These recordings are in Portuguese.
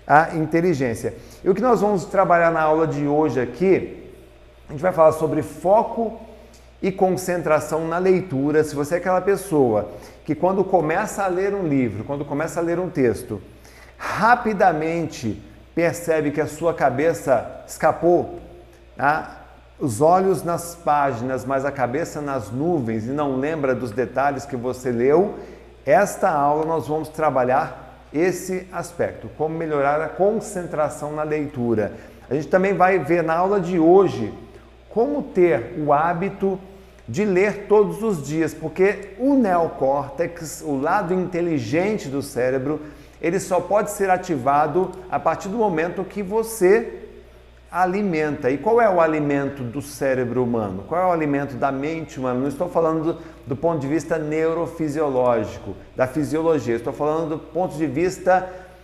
a inteligência. E o que nós vamos trabalhar na aula de hoje aqui, a gente vai falar sobre foco e concentração na leitura. Se você é aquela pessoa que quando começa a ler um livro, quando começa a ler um texto, rapidamente percebe que a sua cabeça escapou, tá? Os olhos nas páginas, mas a cabeça nas nuvens e não lembra dos detalhes que você leu, esta aula nós vamos trabalhar esse aspecto, como melhorar a concentração na leitura. A gente também vai ver na aula de hoje como ter o hábito de ler todos os dias, porque o neocórtex, o lado inteligente do cérebro, ele só pode ser ativado a partir do momento que você alimenta. E qual é o alimento do cérebro humano? Qual é o alimento da mente humana? Não estou falando do ponto de vista neurofisiológico, da fisiologia, estou falando do ponto de vista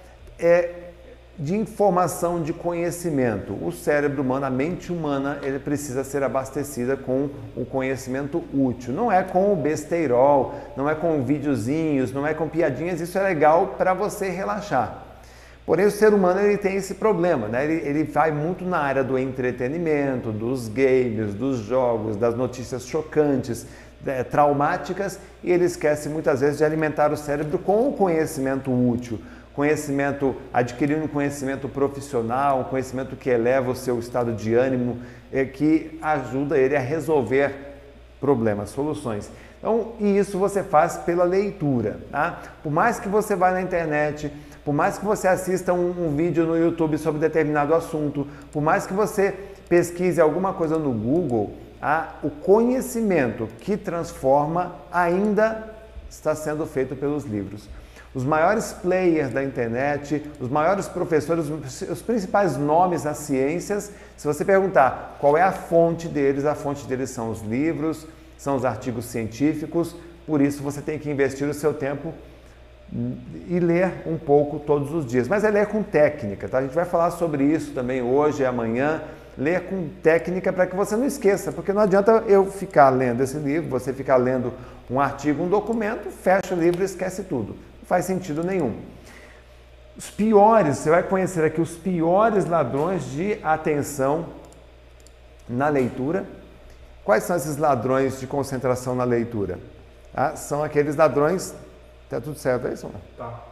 de informação, de conhecimento. O cérebro humano, a mente humana, ele precisa ser abastecida com o conhecimento útil. Não é com o besteirol, não é com videozinhos, não é com piadinhas, isso é legal para você relaxar. Porém, o ser humano ele tem esse problema, né? Ele vai muito na área do entretenimento, dos games, dos jogos, das notícias chocantes, traumáticas, e ele esquece muitas vezes de alimentar o cérebro com o conhecimento útil, adquirindo conhecimento profissional, um conhecimento que eleva o seu estado de ânimo, que ajuda ele a resolver problemas, soluções. Então, e isso você faz pela leitura, tá? Por mais que você vá na internet, por mais que você assista um vídeo no YouTube sobre determinado assunto, por mais que você pesquise alguma coisa no Google, o conhecimento que transforma ainda está sendo feito pelos livros. Os maiores players da internet, os maiores professores, os principais nomes nas ciências, se você perguntar qual é a fonte deles são os livros, são os artigos científicos, por isso você tem que investir o seu tempo e ler um pouco todos os dias, mas é ler com técnica, tá? A gente vai falar sobre isso também hoje e amanhã, ler com técnica para que você não esqueça, porque não adianta eu ficar lendo esse livro, você ficar lendo um artigo, um documento, fecha o livro e esquece tudo, não faz sentido nenhum. Os piores, você vai conhecer aqui os piores ladrões de atenção na leitura. Quais são esses ladrões de concentração na leitura? São aqueles ladrões... Tá tudo certo aí, Sônia?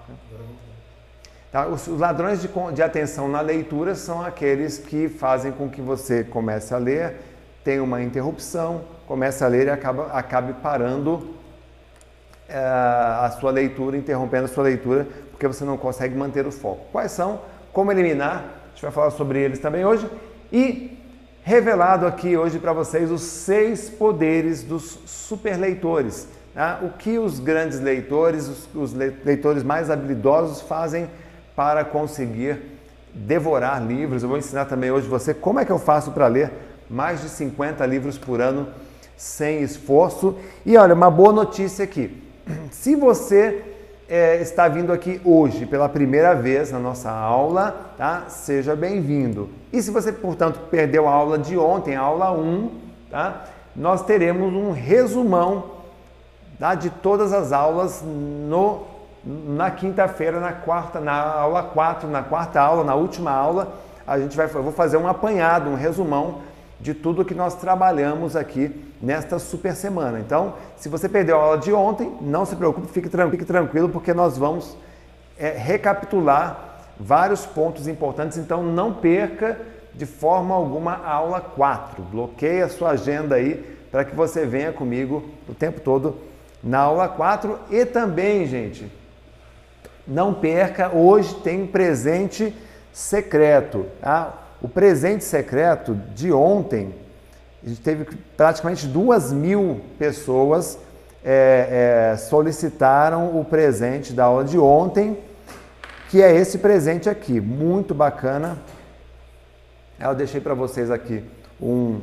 Tá. Os ladrões de atenção na leitura são aqueles que fazem com que você comece a ler, tenha uma interrupção, comece a ler e acabe parando a sua leitura, interrompendo a sua leitura, porque você não consegue manter o foco. Quais são? Como eliminar? A gente vai falar sobre eles também hoje. E revelado aqui hoje para vocês os 6 poderes dos superleitores. O que os grandes leitores, os leitores mais habilidosos fazem para conseguir devorar livros. Eu vou ensinar também hoje você como é que eu faço para ler mais de 50 livros por ano sem esforço. E olha, uma boa notícia aqui. Se você está vindo aqui hoje pela primeira vez na nossa aula, tá? Seja bem-vindo. E se você, portanto, perdeu a aula de ontem, a aula 1, tá? Nós teremos um resumão de todas as aulas na quinta-feira, na aula 4, na quarta aula, na última aula, eu vou fazer um apanhado, um resumão de tudo que nós trabalhamos aqui nesta super semana. Então, se você perdeu a aula de ontem, não se preocupe, fique tranquilo, porque nós vamos recapitular vários pontos importantes, então não perca de forma alguma a aula 4. Bloqueie a sua agenda aí para que você venha comigo o tempo todo na aula 4. E também, gente, não perca, hoje tem um presente secreto. O presente secreto de ontem, a gente teve praticamente 2.000 pessoas solicitaram o presente da aula de ontem, que é esse presente aqui, muito bacana. Eu deixei para vocês aqui um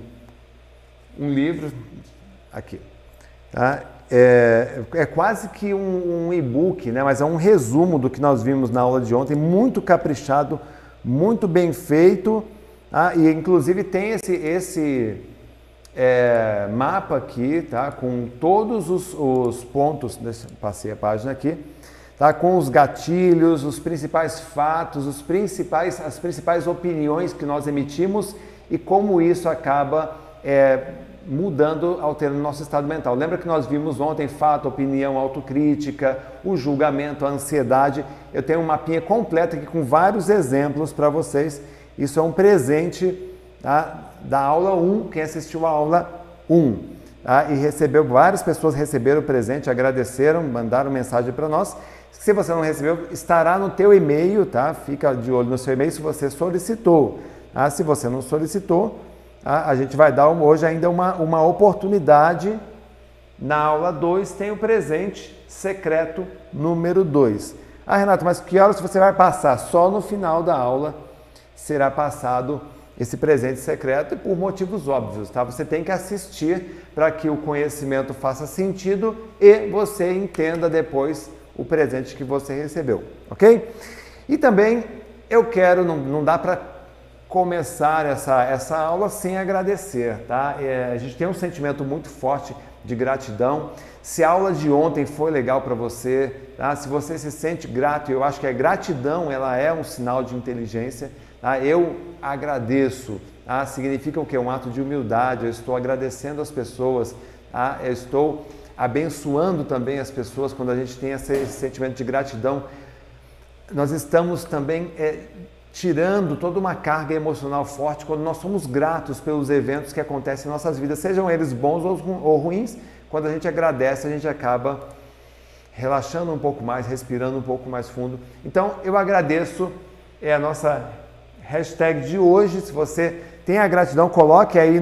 livro, aqui, tá? É quase que um e-book, né? Mas é um resumo do que nós vimos na aula de ontem, muito caprichado, muito bem feito, tá? E inclusive tem esse mapa aqui, tá? Com todos os pontos, passei a página aqui, tá? Com os gatilhos, os principais fatos, as principais opiniões que nós emitimos e como isso acaba mudando, alterando o nosso estado mental. Lembra que nós vimos ontem fato, opinião, autocrítica, o julgamento, a ansiedade. Eu tenho um mapinha completo aqui com vários exemplos para vocês. Isso é um presente, tá, da aula 1, quem assistiu a aula 1. Tá? E várias pessoas receberam o presente, agradeceram, mandaram mensagem para nós. Se você não recebeu, estará no teu e-mail, tá? Fica de olho no seu e-mail se você solicitou. Tá? Se você não solicitou, a gente vai dar hoje ainda uma oportunidade. Na aula 2 tem o presente secreto número 2. Ah, Renato, mas que horas você vai passar? Só no final da aula será passado esse presente secreto e por motivos óbvios, tá? Você tem que assistir para que o conhecimento faça sentido e você entenda depois o presente que você recebeu, ok? E também eu quero, não dá para começar essa aula sem agradecer, tá? A gente tem um sentimento muito forte de gratidão. Se a aula de ontem foi legal para você, tá? Se você se sente grato, eu acho que a gratidão ela é um sinal de inteligência, tá? Eu agradeço, tá? Significa o quê? Um ato de humildade, eu estou agradecendo as pessoas, tá? Eu estou abençoando também as pessoas. Quando a gente tem esse sentimento de gratidão, nós estamos também tirando toda uma carga emocional forte quando nós somos gratos pelos eventos que acontecem em nossas vidas, sejam eles bons ou ruins. Quando a gente agradece, a gente acaba relaxando um pouco mais, respirando um pouco mais fundo. Então, eu agradeço, é a nossa hashtag de hoje. Se você tem a gratidão, coloque aí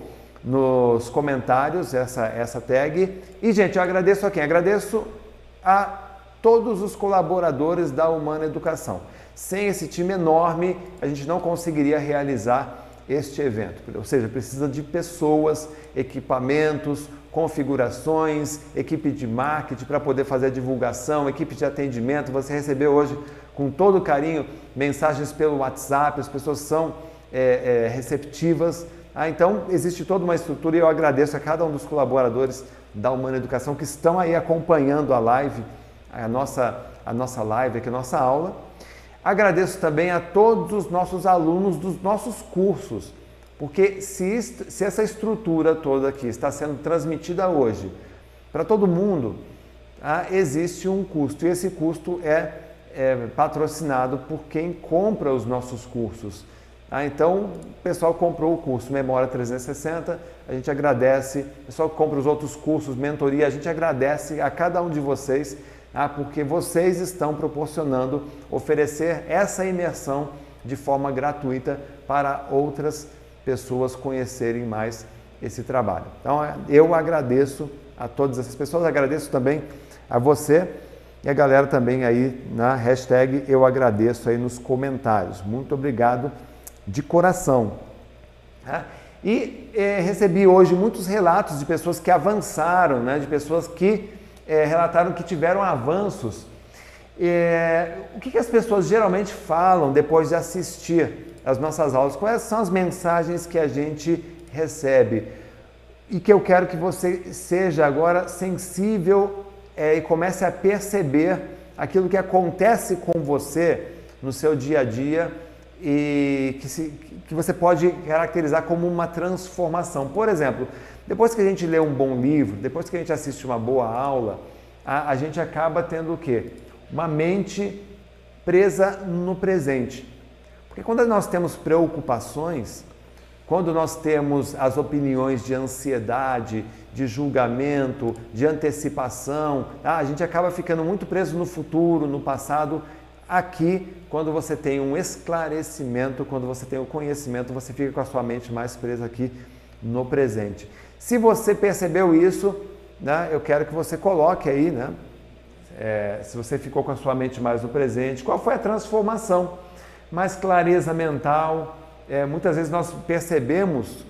nos comentários essa tag. E, gente, eu agradeço a quem? Agradeço a todos os colaboradores da Humana Educação. Sem esse time enorme, a gente não conseguiria realizar este evento. Ou seja, precisa de pessoas, equipamentos, configurações, equipe de marketing para poder fazer a divulgação, equipe de atendimento. Você recebeu hoje, com todo carinho, mensagens pelo WhatsApp, as pessoas são receptivas. Então, existe toda uma estrutura e eu agradeço a cada um dos colaboradores da Humana Educação que estão aí acompanhando a live, a nossa live aqui, a nossa aula. Agradeço também a todos os nossos alunos dos nossos cursos, porque se essa estrutura toda aqui está sendo transmitida hoje para todo mundo, existe um custo e esse custo é patrocinado por quem compra os nossos cursos. Então, o pessoal comprou o curso Memória 360, a gente agradece, o pessoal que compra os outros cursos, mentoria, a gente agradece a cada um de vocês, porque vocês estão proporcionando oferecer essa imersão de forma gratuita para outras pessoas conhecerem mais esse trabalho. Então, eu agradeço a todas essas pessoas, agradeço também a você e a galera também aí na hashtag eu agradeço aí nos comentários. Muito obrigado de coração. E recebi hoje muitos relatos de pessoas que avançaram, né, de pessoas que relataram que tiveram avanços. O que as pessoas geralmente falam depois de assistir as nossas aulas? Quais são as mensagens que a gente recebe? E que eu quero que você seja agora sensível e comece a perceber aquilo que acontece com você no seu dia a dia e que você pode caracterizar como uma transformação. Por exemplo, depois que a gente lê um bom livro, depois que a gente assiste uma boa aula, a gente acaba tendo o quê? Uma mente presa no presente. Porque quando nós temos preocupações, quando nós temos as opiniões de ansiedade, de julgamento, de antecipação, a gente acaba ficando muito preso no futuro, no passado. Aqui, quando você tem um esclarecimento, quando você tem o conhecimento, você fica com a sua mente mais presa aqui no presente. Se você percebeu isso, né, eu quero que você coloque aí, né, se você ficou com a sua mente mais no presente, qual foi a transformação? Mais clareza mental. Muitas vezes nós percebemos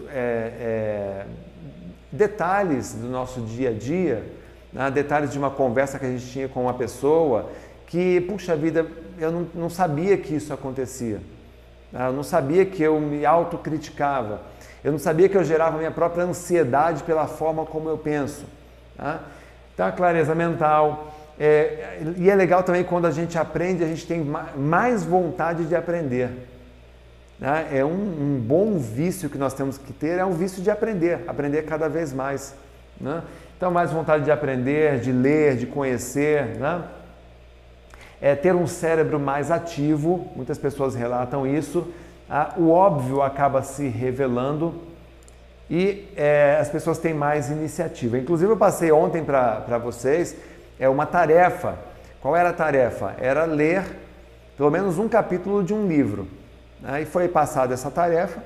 detalhes do nosso dia a dia, né, detalhes de uma conversa que a gente tinha com uma pessoa que, puxa vida, eu não sabia que isso acontecia. Eu não sabia que eu me autocriticava. Eu não sabia que eu gerava minha própria ansiedade pela forma como eu penso. Então, a clareza mental, E é legal também quando a gente aprende, a gente tem mais vontade de aprender. Né? É um bom vício que nós temos que ter, é um vício de aprender cada vez mais. Né? Então, mais vontade de aprender, de ler, de conhecer, né? Ter um cérebro mais ativo, muitas pessoas relatam isso, o óbvio acaba se revelando e as pessoas têm mais iniciativa. Inclusive eu passei ontem para vocês uma tarefa. Qual era a tarefa? Era ler pelo menos um capítulo de um livro. Aí foi passada essa tarefa,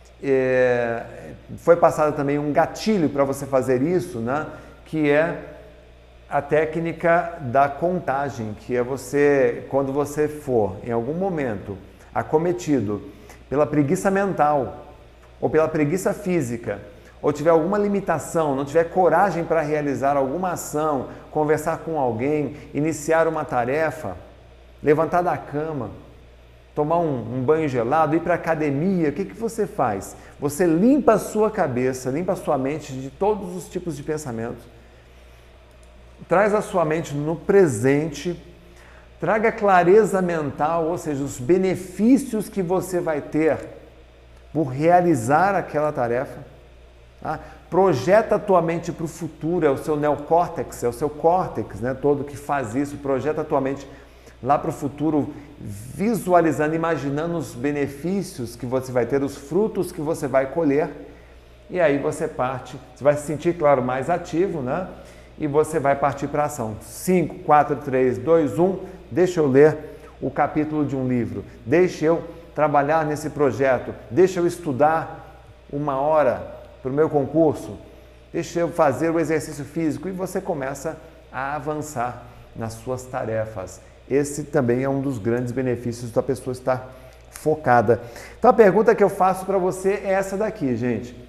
foi passado também um gatilho para você fazer isso, né? Que é a técnica da contagem, que é quando você for em algum momento acometido pela preguiça mental ou pela preguiça física, ou tiver alguma limitação, não tiver coragem para realizar alguma ação, conversar com alguém, iniciar uma tarefa, levantar da cama, tomar um banho gelado, ir para a academia, o que você faz? Você limpa a sua cabeça, limpa a sua mente de todos os tipos de pensamentos, traz a sua mente no presente, traga clareza mental, ou seja, os benefícios que você vai ter por realizar aquela tarefa. Tá? Projeta a tua mente para o futuro, é o seu neocórtex, é o seu córtex, né, todo que faz isso. Projeta a tua mente lá para o futuro, visualizando, imaginando os benefícios que você vai ter, os frutos que você vai colher. E aí você vai se sentir, claro, mais ativo, né? E você vai partir para a ação. 5, 4, 3, 2, 1, deixa eu ler o capítulo de um livro, deixa eu trabalhar nesse projeto, deixa eu estudar 1 hora para o meu concurso, deixa eu fazer o exercício físico, e você começa a avançar nas suas tarefas. Esse também é um dos grandes benefícios da pessoa estar focada. Então a pergunta que eu faço para você é essa daqui, gente.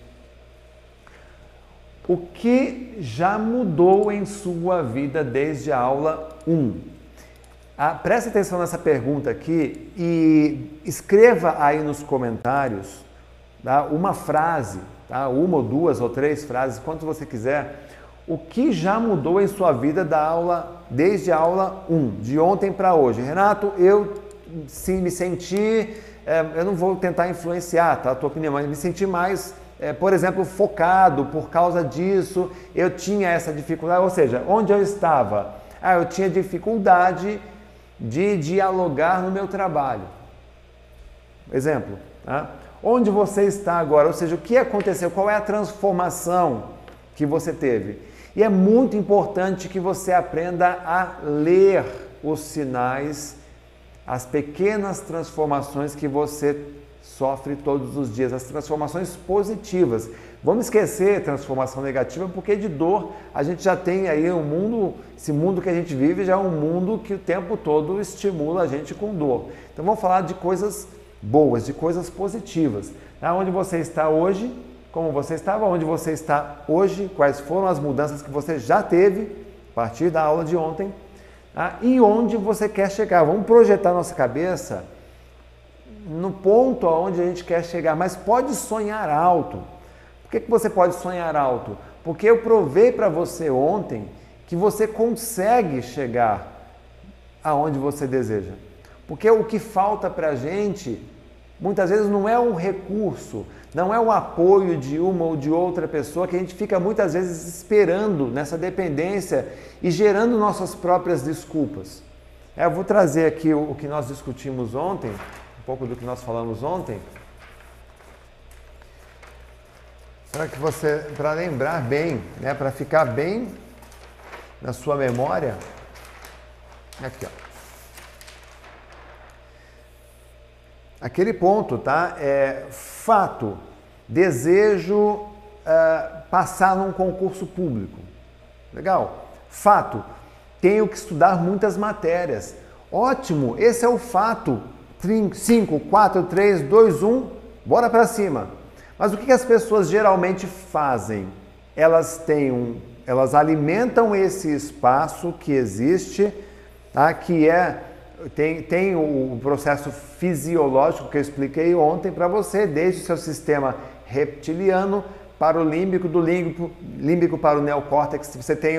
O que já mudou em sua vida desde a aula 1? Preste atenção nessa pergunta aqui e escreva aí nos comentários, tá, uma frase, tá, 1 ou 2 ou 3 frases, quanto você quiser. O que já mudou em sua vida desde a aula 1, de ontem para hoje? Renato, eu sim me senti, eu não vou tentar influenciar, tá, a tua opinião, mas me senti mais... por exemplo, focado por causa disso, eu tinha essa dificuldade, ou seja, onde eu estava? Eu tinha dificuldade de dialogar no meu trabalho. Exemplo, tá? Onde você está agora? Ou seja, o que aconteceu? Qual é a transformação que você teve? E é muito importante que você aprenda a ler os sinais, as pequenas transformações que você sofre todos os dias, as transformações positivas. Vamos esquecer transformação negativa, porque de dor a gente já tem aí um mundo, esse mundo que a gente vive já é um mundo que o tempo todo estimula a gente com dor. Então vamos falar de coisas boas, de coisas positivas. Onde você está hoje, como você estava, onde você está hoje, quais foram as mudanças que você já teve a partir da aula de ontem, e onde você quer chegar. Vamos projetar nossa cabeça no ponto aonde a gente quer chegar, mas pode sonhar alto. Por que você pode sonhar alto? Porque eu provei para você ontem que você consegue chegar aonde você deseja. Porque o que falta para a gente, muitas vezes, não é um recurso, não é o apoio de uma ou de outra pessoa, que a gente fica muitas vezes esperando nessa dependência e gerando nossas próprias desculpas. Eu vou trazer aqui o que nós discutimos ontem, um pouco do que nós falamos ontem, para lembrar bem, né, para ficar bem na sua memória. Aqui, ó. Aquele ponto, tá? Fato, desejo passar num concurso público. Legal? Fato, tenho que estudar muitas matérias. Ótimo, esse é o fato. 5, 4, 3, 2, 1, bora para cima. Mas o que as pessoas geralmente fazem? Elas alimentam esse espaço que existe, tá? Que tem o processo fisiológico que eu expliquei ontem para você, desde o seu sistema reptiliano para o límbico, do límbico para o neocórtex. Você tem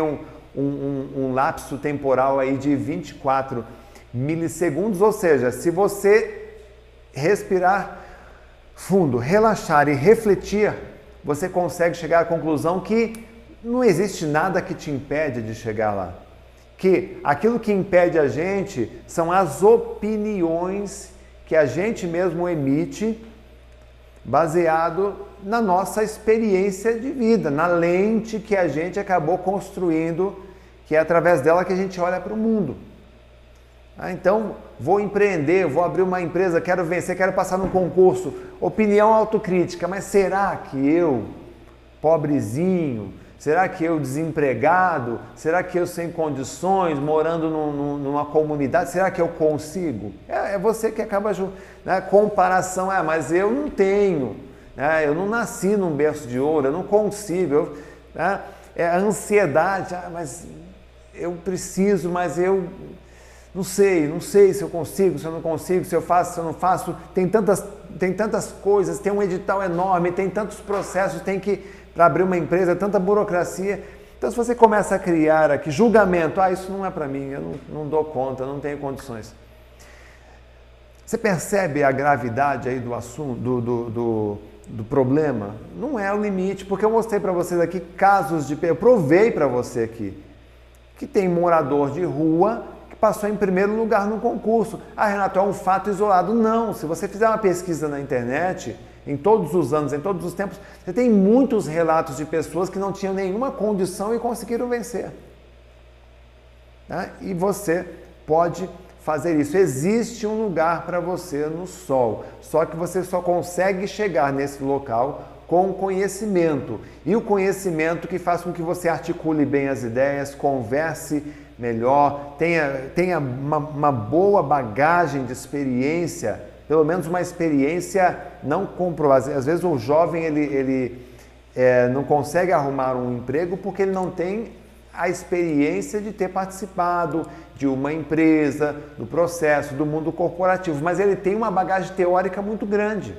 um lapso temporal aí de 24 milissegundos, ou seja, se você respirar fundo, relaxar e refletir, você consegue chegar à conclusão que não existe nada que te impede de chegar lá. Que aquilo que impede a gente são as opiniões que a gente mesmo emite baseado na nossa experiência de vida, na lente que a gente acabou construindo, que é através dela que a gente olha para o mundo. Então, vou empreender, vou abrir uma empresa, quero vencer, quero passar num concurso. Opinião autocrítica, mas será que eu, pobrezinho, será que eu desempregado, será que eu sem condições, morando numa comunidade, será que eu consigo? É você que acaba, né, comparação, mas eu não tenho, né, eu não nasci num berço de ouro, eu não consigo, né, a ansiedade, mas eu preciso, mas eu... Não sei se eu consigo, se eu não consigo, se eu faço, se eu não faço. Tem tantas coisas, tem um edital enorme, tem tantos processos, tem que, para abrir uma empresa, tanta burocracia. Então, se você começa a criar aqui julgamento, isso não é para mim, eu não dou conta, eu não tenho condições. Você percebe a gravidade aí do assunto, do problema? Não é o limite, porque eu mostrei para vocês aqui casos de... Eu provei para você aqui que tem morador de rua passou em primeiro lugar no concurso. Renato, é um fato isolado. Não, se você fizer uma pesquisa na internet, em todos os anos, em todos os tempos, você tem muitos relatos de pessoas que não tinham nenhuma condição e conseguiram vencer. E você pode fazer isso. Existe um lugar para você no sol, só que você só consegue chegar nesse local com conhecimento. E o conhecimento que faz com que você articule bem as ideias, converse melhor, tenha uma boa bagagem de experiência, pelo menos uma experiência não comprovada. Às vezes o jovem ele não consegue arrumar um emprego porque ele não tem a experiência de ter participado de uma empresa, do processo, do mundo corporativo, mas ele tem uma bagagem teórica muito grande.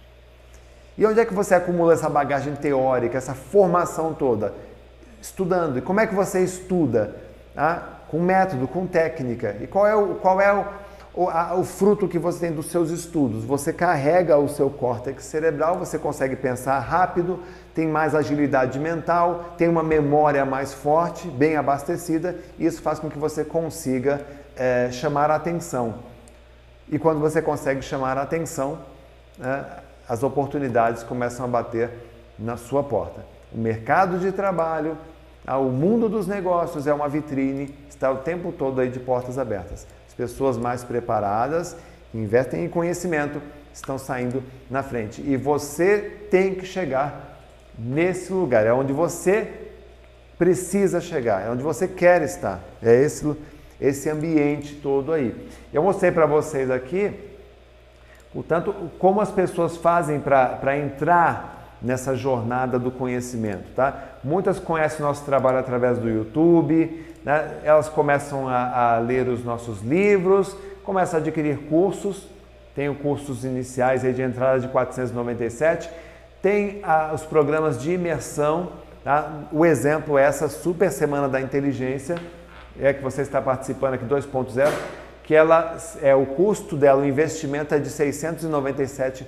E onde é que você acumula essa bagagem teórica, essa formação toda? Estudando. E como é que você estuda? Com método, com técnica. E qual é o fruto que você tem dos seus estudos? Você carrega o seu córtex cerebral, você consegue pensar rápido, tem mais agilidade mental, tem uma memória mais forte, bem abastecida, e isso faz com que você consiga chamar a atenção. E quando você consegue chamar a atenção, as oportunidades começam a bater na sua porta. O mercado de trabalho, o mundo dos negócios é uma vitrine, está o tempo todo aí de portas abertas. As pessoas mais preparadas, que investem em conhecimento, estão saindo na frente. E você tem que chegar nesse lugar, é onde você precisa chegar, é onde você quer estar. É esse ambiente todo aí. Eu mostrei para vocês aqui, portanto, como as pessoas fazem para entrar nessa jornada do conhecimento, tá? Muitas conhecem o nosso trabalho através do YouTube, né? Elas começam a ler os nossos livros, começam a adquirir cursos, tem cursos iniciais aí de entrada de 497, tem os programas de imersão, tá? O exemplo é essa Super Semana da Inteligência, que você está participando aqui 2.0, que o custo dela, o investimento é de R$ 697,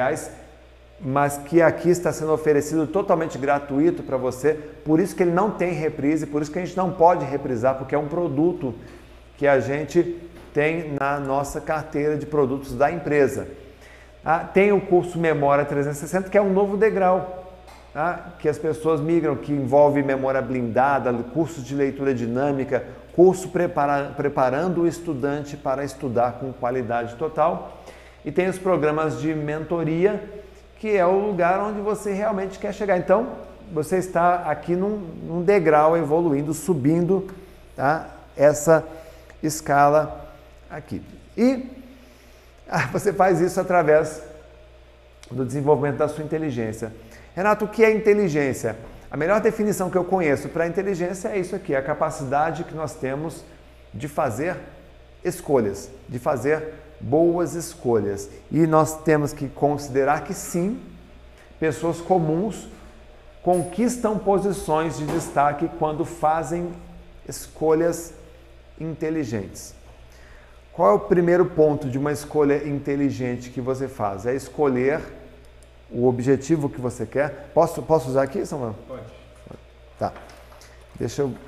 mas que aqui está sendo oferecido totalmente gratuito para você, por isso que ele não tem reprise, por isso que a gente não pode reprisar, porque é um produto que a gente tem na nossa carteira de produtos da empresa. Tem o curso Memória 360, que é um novo degrau, que as pessoas migram, que envolve memória blindada, cursos de leitura dinâmica, curso preparando o estudante para estudar com qualidade total. E tem os programas de mentoria, que é o lugar onde você realmente quer chegar. Então, você está aqui num degrau, evoluindo, subindo, tá? Essa escala aqui. E você faz isso através do desenvolvimento da sua inteligência. Renato, o que é inteligência? A melhor definição que eu conheço para inteligência é isso aqui, a capacidade que nós temos de fazer escolhas, de fazer boas escolhas. E nós temos que considerar que sim, pessoas comuns conquistam posições de destaque quando fazem escolhas inteligentes. Qual é o primeiro ponto de uma escolha inteligente que você faz? É escolher o objetivo que você quer. Posso usar aqui, Samuel? Pode. Tá. Deixa eu...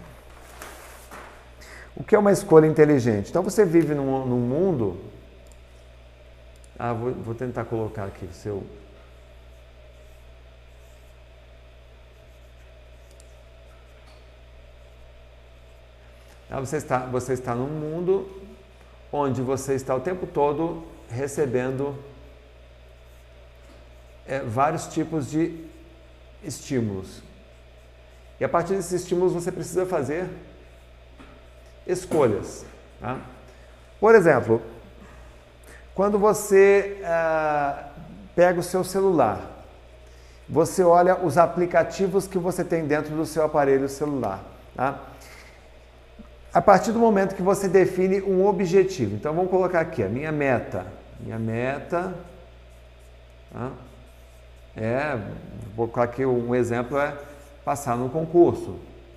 O que é uma escolha inteligente? Então você vive num mundo... vou tentar colocar aqui o seu... Você está num mundo onde você está o tempo todo recebendo vários tipos de estímulos. E a partir desses estímulos você precisa fazer escolhas. Tá? Por exemplo, quando você pega o seu celular, você olha os aplicativos que você tem dentro do seu aparelho celular. Tá? A partir do momento que você define um objetivo, então vamos colocar aqui a minha meta. Tá? Vou colocar aqui um exemplo, é passar no concurso.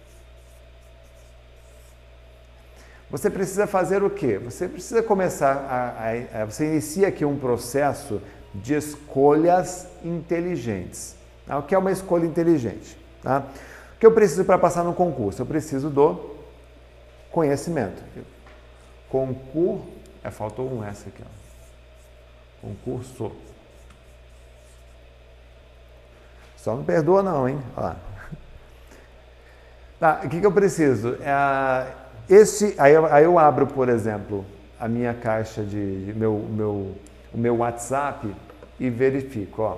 Você precisa fazer o quê? Você precisa começar você inicia aqui um processo de escolhas inteligentes. Tá? O que é uma escolha inteligente? Tá? O que eu preciso para passar no concurso? Eu preciso do conhecimento. Faltou um S aqui. Ó. Concurso. Só não perdoa não, hein? Ó. Tá, o que eu preciso? Aí eu abro, por exemplo, a minha caixa o meu WhatsApp e verifico, ó.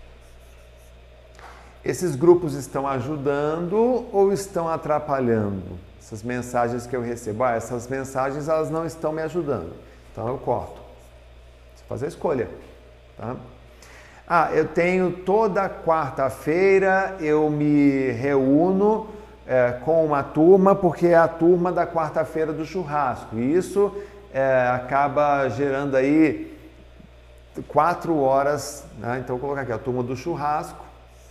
Esses grupos estão ajudando ou estão atrapalhando? Essas mensagens que eu recebo, essas mensagens elas não estão me ajudando, então eu corto. Você fazer a escolha, tá? Eu tenho toda quarta-feira eu me reúno com uma turma, porque é a turma da quarta-feira do churrasco. E isso acaba gerando aí 4 horas, né? Então vou colocar aqui a turma do churrasco,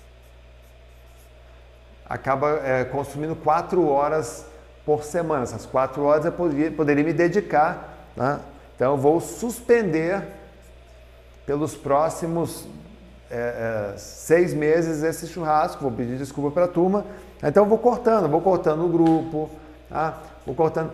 acaba consumindo 4 horas por semana. Essas 4 horas eu poderia me dedicar, né? Então eu vou suspender pelos próximos 6 meses esse churrasco, vou pedir desculpa para a turma. Então eu vou cortando o grupo, tá? Vou cortando.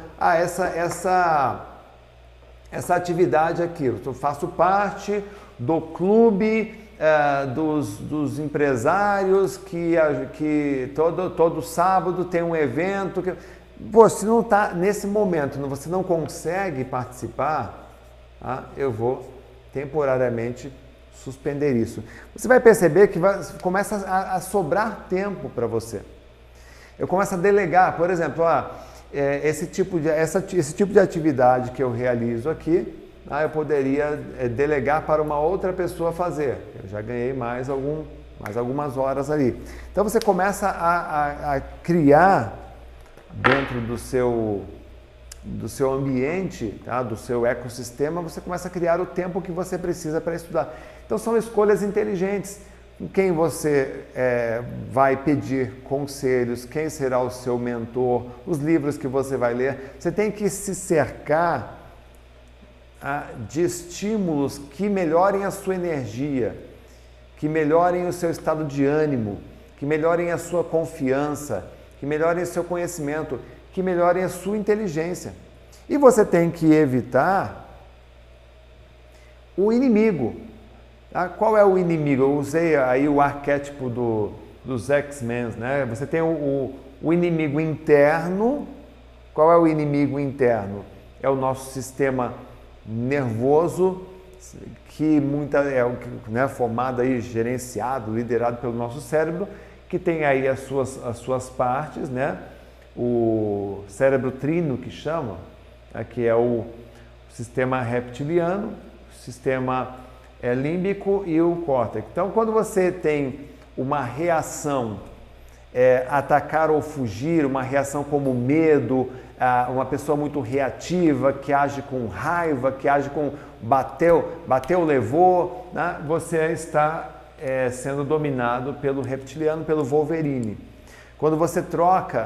Essa atividade aqui, eu faço parte do clube dos empresários que todo sábado tem um evento. Se não está nesse momento, você não consegue participar, tá? Eu vou temporariamente suspender isso. Você vai perceber que começa a sobrar tempo para você. Eu começo a delegar, por exemplo, esse tipo de atividade que eu realizo aqui, eu poderia delegar para uma outra pessoa fazer. Eu já ganhei mais algumas horas ali. Então você começa a criar dentro do seu ambiente, tá? Do seu ecossistema, você começa a criar o tempo que você precisa para estudar. Então são escolhas inteligentes. Quem você vai pedir conselhos, quem será o seu mentor, os livros que você vai ler. Você tem que se cercar de estímulos que melhorem a sua energia, que melhorem o seu estado de ânimo, que melhorem a sua confiança, que melhorem o seu conhecimento, que melhorem a sua inteligência. E você tem que evitar o inimigo. Qual é o inimigo? Eu usei aí o arquétipo dos X-Men, né? Você tem o inimigo interno. Qual é o inimigo interno? É o nosso sistema nervoso, que formado aí, gerenciado, liderado pelo nosso cérebro, que tem aí as suas partes, né? O cérebro trino, que chama, que é o sistema reptiliano, o sistema límbico e o córtex. Então, quando você tem uma reação, atacar ou fugir, uma reação como medo, uma pessoa muito reativa, que age com raiva, que age com bateu, levou, né? Você está sendo dominado pelo reptiliano, pelo Wolverine. Quando você troca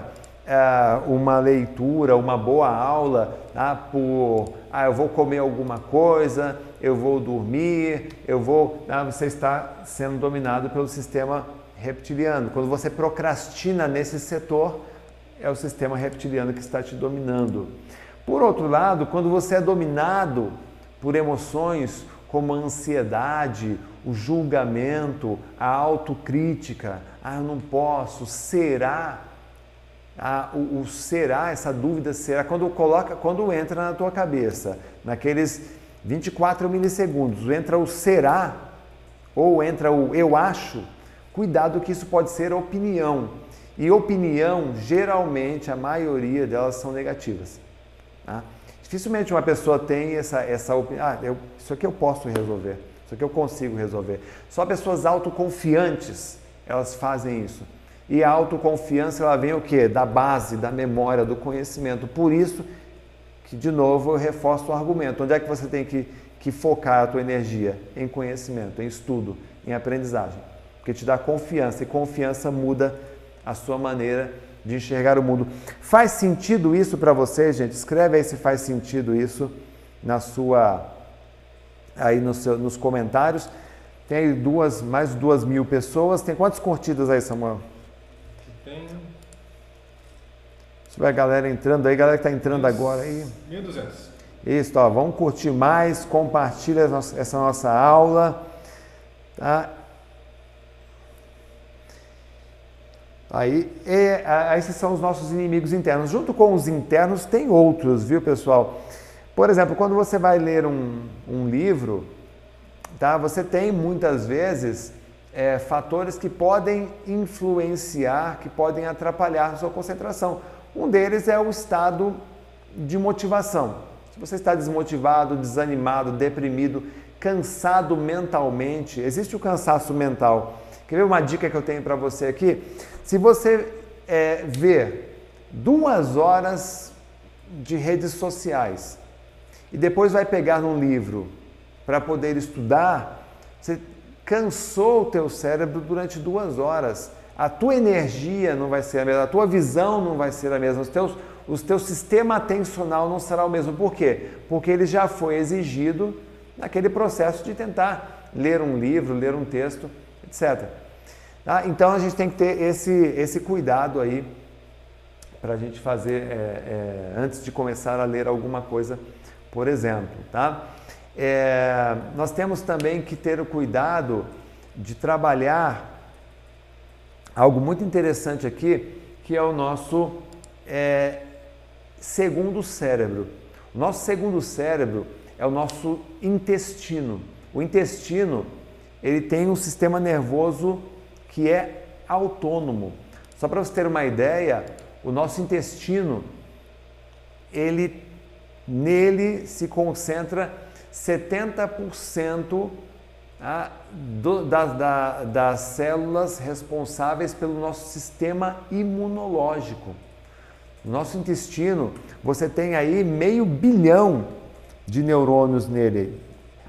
uma leitura, uma boa aula, tá? Eu vou comer alguma coisa, eu vou dormir, você está sendo dominado pelo sistema reptiliano. Quando você procrastina nesse setor, é o sistema reptiliano que está te dominando. Por outro lado, quando você é dominado por emoções como a ansiedade, o julgamento, a autocrítica, eu não posso, será? O será, essa dúvida será, quando entra na tua cabeça, naqueles 24 milissegundos, entra o será ou entra o eu acho, cuidado que isso pode ser opinião. E opinião, geralmente, a maioria delas são negativas. Tá? Dificilmente uma pessoa tem essa opinião, isso aqui eu posso resolver, isso aqui eu consigo resolver. Só pessoas autoconfiantes, elas fazem isso. E a autoconfiança, ela vem o quê? Da base, da memória, do conhecimento. Por isso que, de novo, eu reforço o argumento. Onde é que você tem que focar a tua energia? Em conhecimento, em estudo, em aprendizagem. Porque te dá confiança, e confiança muda a sua maneira de enxergar o mundo. Faz sentido isso para você, gente? Escreve aí se faz sentido isso nos comentários. Tem aí mais de 2.000 pessoas. Tem quantas curtidas aí, Samuel? Tem. Se a galera entrando aí, galera que está entrando agora aí. 1.200. Isso, vamos curtir mais, compartilha essa nossa aula, tá? Esses são os nossos inimigos internos. Junto com os internos tem outros, viu, pessoal? Por exemplo, quando você vai ler um livro, tá? Você tem muitas vezes fatores que podem influenciar, que podem atrapalhar a sua concentração. Um deles é o estado de motivação. Se você está desmotivado, desanimado, deprimido, cansado mentalmente, existe o cansaço mental. Quer ver uma dica que eu tenho para você aqui? Se você vê 2 horas de redes sociais e depois vai pegar num livro para poder estudar, você cansou o teu cérebro durante 2 horas. A tua energia não vai ser a mesma, a tua visão não vai ser a mesma, o teu sistema atencional não será o mesmo. Por quê? Porque ele já foi exigido naquele processo de tentar ler um livro, ler um texto, etc. Tá? Então a gente tem que ter esse cuidado aí para a gente fazer antes de começar a ler alguma coisa, por exemplo. Tá? Nós temos também que ter o cuidado de trabalhar algo muito interessante aqui, que é o nosso segundo cérebro. O nosso segundo cérebro é o nosso intestino. O intestino, ele tem um sistema nervoso que é autônomo. Só para você ter uma ideia, o nosso intestino, nele se concentra 70% das células responsáveis pelo nosso sistema imunológico. No nosso intestino, você tem aí 500 milhão de neurônios nele.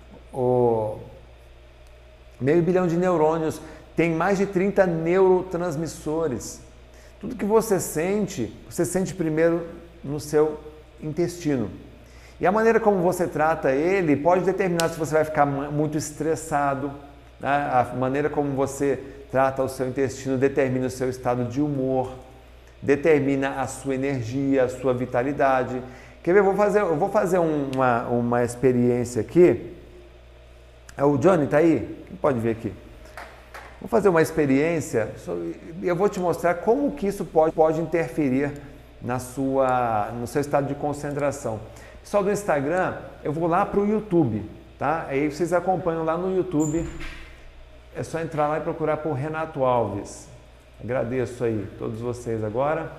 500 milhão de neurônios, tem mais de 30 neurotransmissores. Tudo que você sente primeiro no seu intestino. E a maneira como você trata ele pode determinar se você vai ficar muito estressado. Né? A maneira como você trata o seu intestino determina o seu estado de humor, determina a sua energia, a sua vitalidade. Quer ver? Eu vou fazer uma experiência aqui. O Johnny está aí? Quem pode ver aqui? Vou fazer uma experiência e eu vou te mostrar como que isso pode interferir no seu estado de concentração. Pessoal do Instagram, eu vou lá para o YouTube, tá? Aí vocês acompanham lá no YouTube, é só entrar lá e procurar por Renato Alves. Agradeço aí todos vocês agora.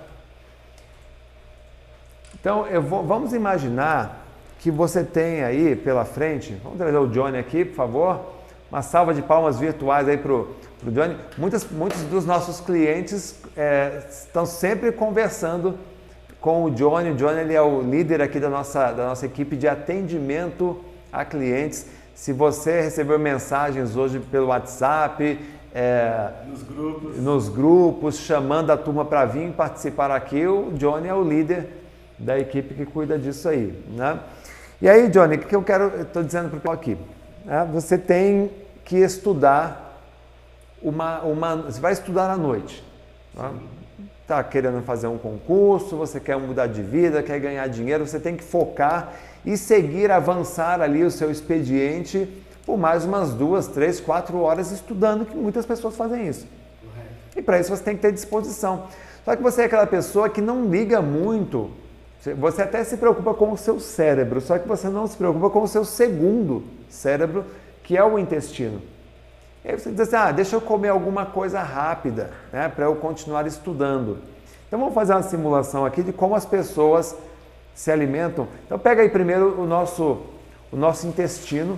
Então, vamos imaginar que você tem aí pela frente, vamos trazer o Johnny aqui, por favor, uma salva de palmas virtuais aí para o Johnny. Muitos dos nossos clientes estão sempre conversando com o Johnny. O Johnny, ele é o líder aqui da nossa equipe de atendimento a clientes. Se você recebeu mensagens hoje pelo WhatsApp, nos grupos, chamando a turma para vir participar aqui. O Johnny é o líder da equipe que cuida disso aí, né? E aí, Johnny, o que eu estou dizendo para o pessoal aqui? Você tem que estudar você vai estudar à noite. Está querendo fazer um concurso, você quer mudar de vida, quer ganhar dinheiro, você tem que focar e seguir, avançar ali o seu expediente por mais umas 2, 3, 4 horas estudando, que muitas pessoas fazem isso. E para isso você tem que ter disposição. Só que você é aquela pessoa que não liga muito, você até se preocupa com o seu cérebro, só que você não se preocupa com o seu segundo cérebro, que é o intestino. E aí você diz assim, deixa eu comer alguma coisa rápida, né, para eu continuar estudando. Então vamos fazer uma simulação aqui de como as pessoas se alimentam. Então pega aí primeiro o nosso intestino.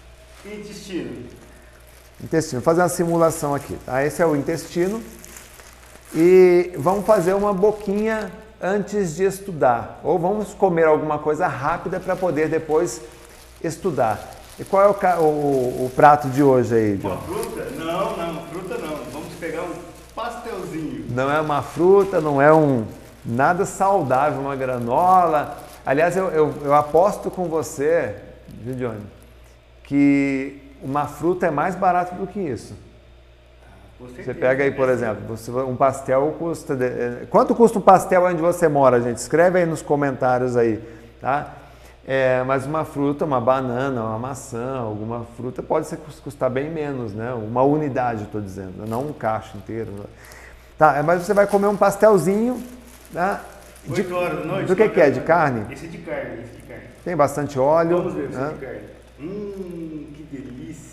Intestino, fazer uma simulação aqui. Tá? Esse é o intestino. E vamos fazer uma boquinha antes de estudar. Ou vamos comer alguma coisa rápida para poder depois estudar. E qual é o prato de hoje aí, John? Uma fruta? Não, fruta não. Vamos pegar um pastelzinho. Não é uma fruta, não é nada saudável, uma granola. Aliás, eu aposto com você, viu, Johnny, que uma fruta é mais barata do que isso. Você pega aí, por exemplo, um pastel custa... Quanto custa um pastel onde você mora, gente? Escreve aí nos comentários aí, tá? Mas uma fruta, uma banana, uma maçã, alguma fruta pode custar bem menos, né? Uma unidade, estou dizendo, não um cacho inteiro. Tá, mas você vai comer um pastelzinho, né? 8 horas da noite. Do que é? De carne? Esse é de carne, Tem bastante óleo. Vamos ver, né? esse é de carne. Que delícia.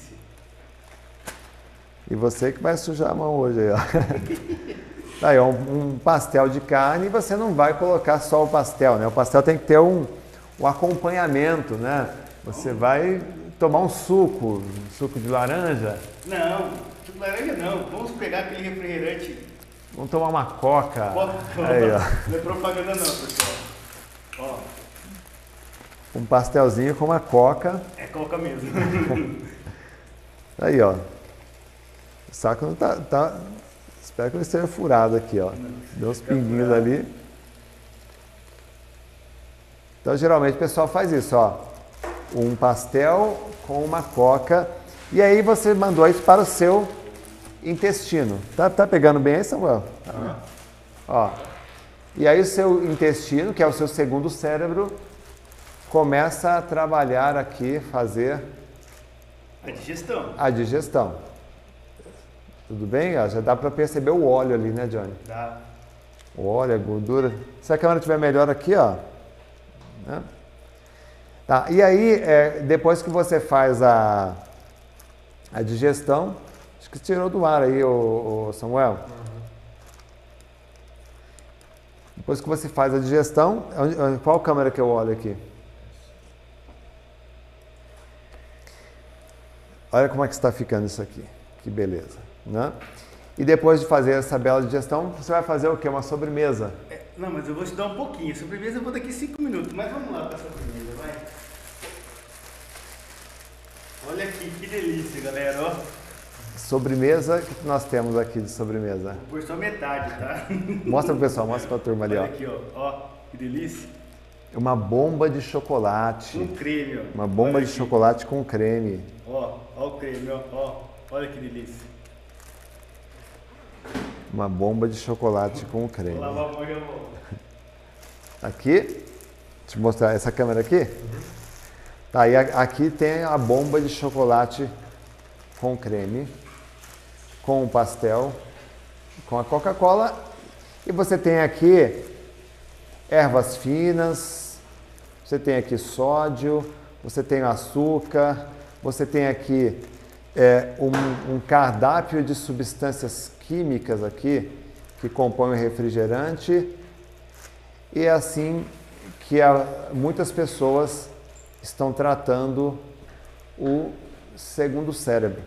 E você que vai sujar a mão hoje aí, ó. Tá aí, ó, um pastel de carne, e você não vai colocar só o pastel, né? O pastel tem que ter um acompanhamento, né? Você vai tomar um suco de laranja. Não, suco de laranja não. Vamos pegar aquele refrigerante. Vamos tomar uma coca. Aí, ó. Não é propaganda não, pessoal. Ó. Um pastelzinho com uma coca. É coca mesmo. Aí, ó. O saco não tá... Espero que não esteja furado aqui, ó. Deu uns pinguinhos ali. Então, geralmente o pessoal faz isso, ó. Um pastel com uma coca. E aí você mandou isso para o seu intestino. Tá pegando bem aí, Samuel? Ó. E aí o seu intestino, que é o seu segundo cérebro, começa a trabalhar aqui, fazer... A digestão. Tudo bem? Já dá para perceber o óleo ali, né, Johnny? Dá. O óleo, a gordura. Se a câmera estiver melhor aqui, ó. Né? Tá, e aí, depois que você faz a digestão, acho que tirou do ar aí, o Samuel. Depois que você faz a digestão, qual câmera que eu olho aqui? Olha como é que está ficando isso aqui. Que beleza, né? E depois de fazer essa bela digestão, você vai fazer o quê? Uma sobremesa. Não, mas eu vou estudar um pouquinho. A sobremesa eu vou daqui 5 minutos. Mas vamos lá para a sobremesa, vai. Olha aqui, que delícia, galera, ó. Sobremesa, o que nós temos aqui de sobremesa? Vou pôr só metade, tá? Mostra pro pessoal, mostra pra turma ali, ó. Olha aqui, ó, que delícia. Uma bomba de chocolate. Com creme, ó. Uma bomba de chocolate com creme. Ó o creme, ó. Olha que delícia. Uma bomba de chocolate com creme. Vou lavar a mão e eu volto. Aqui, deixa eu mostrar essa câmera aqui. Tá, e aqui tem a bomba de chocolate com creme, com o pastel, com a Coca-Cola. E você tem aqui ervas finas, você tem aqui sódio, você tem açúcar, você tem aqui um cardápio de substâncias químicas aqui que compõem o refrigerante. E é assim que muitas pessoas estão tratando o segundo cérebro.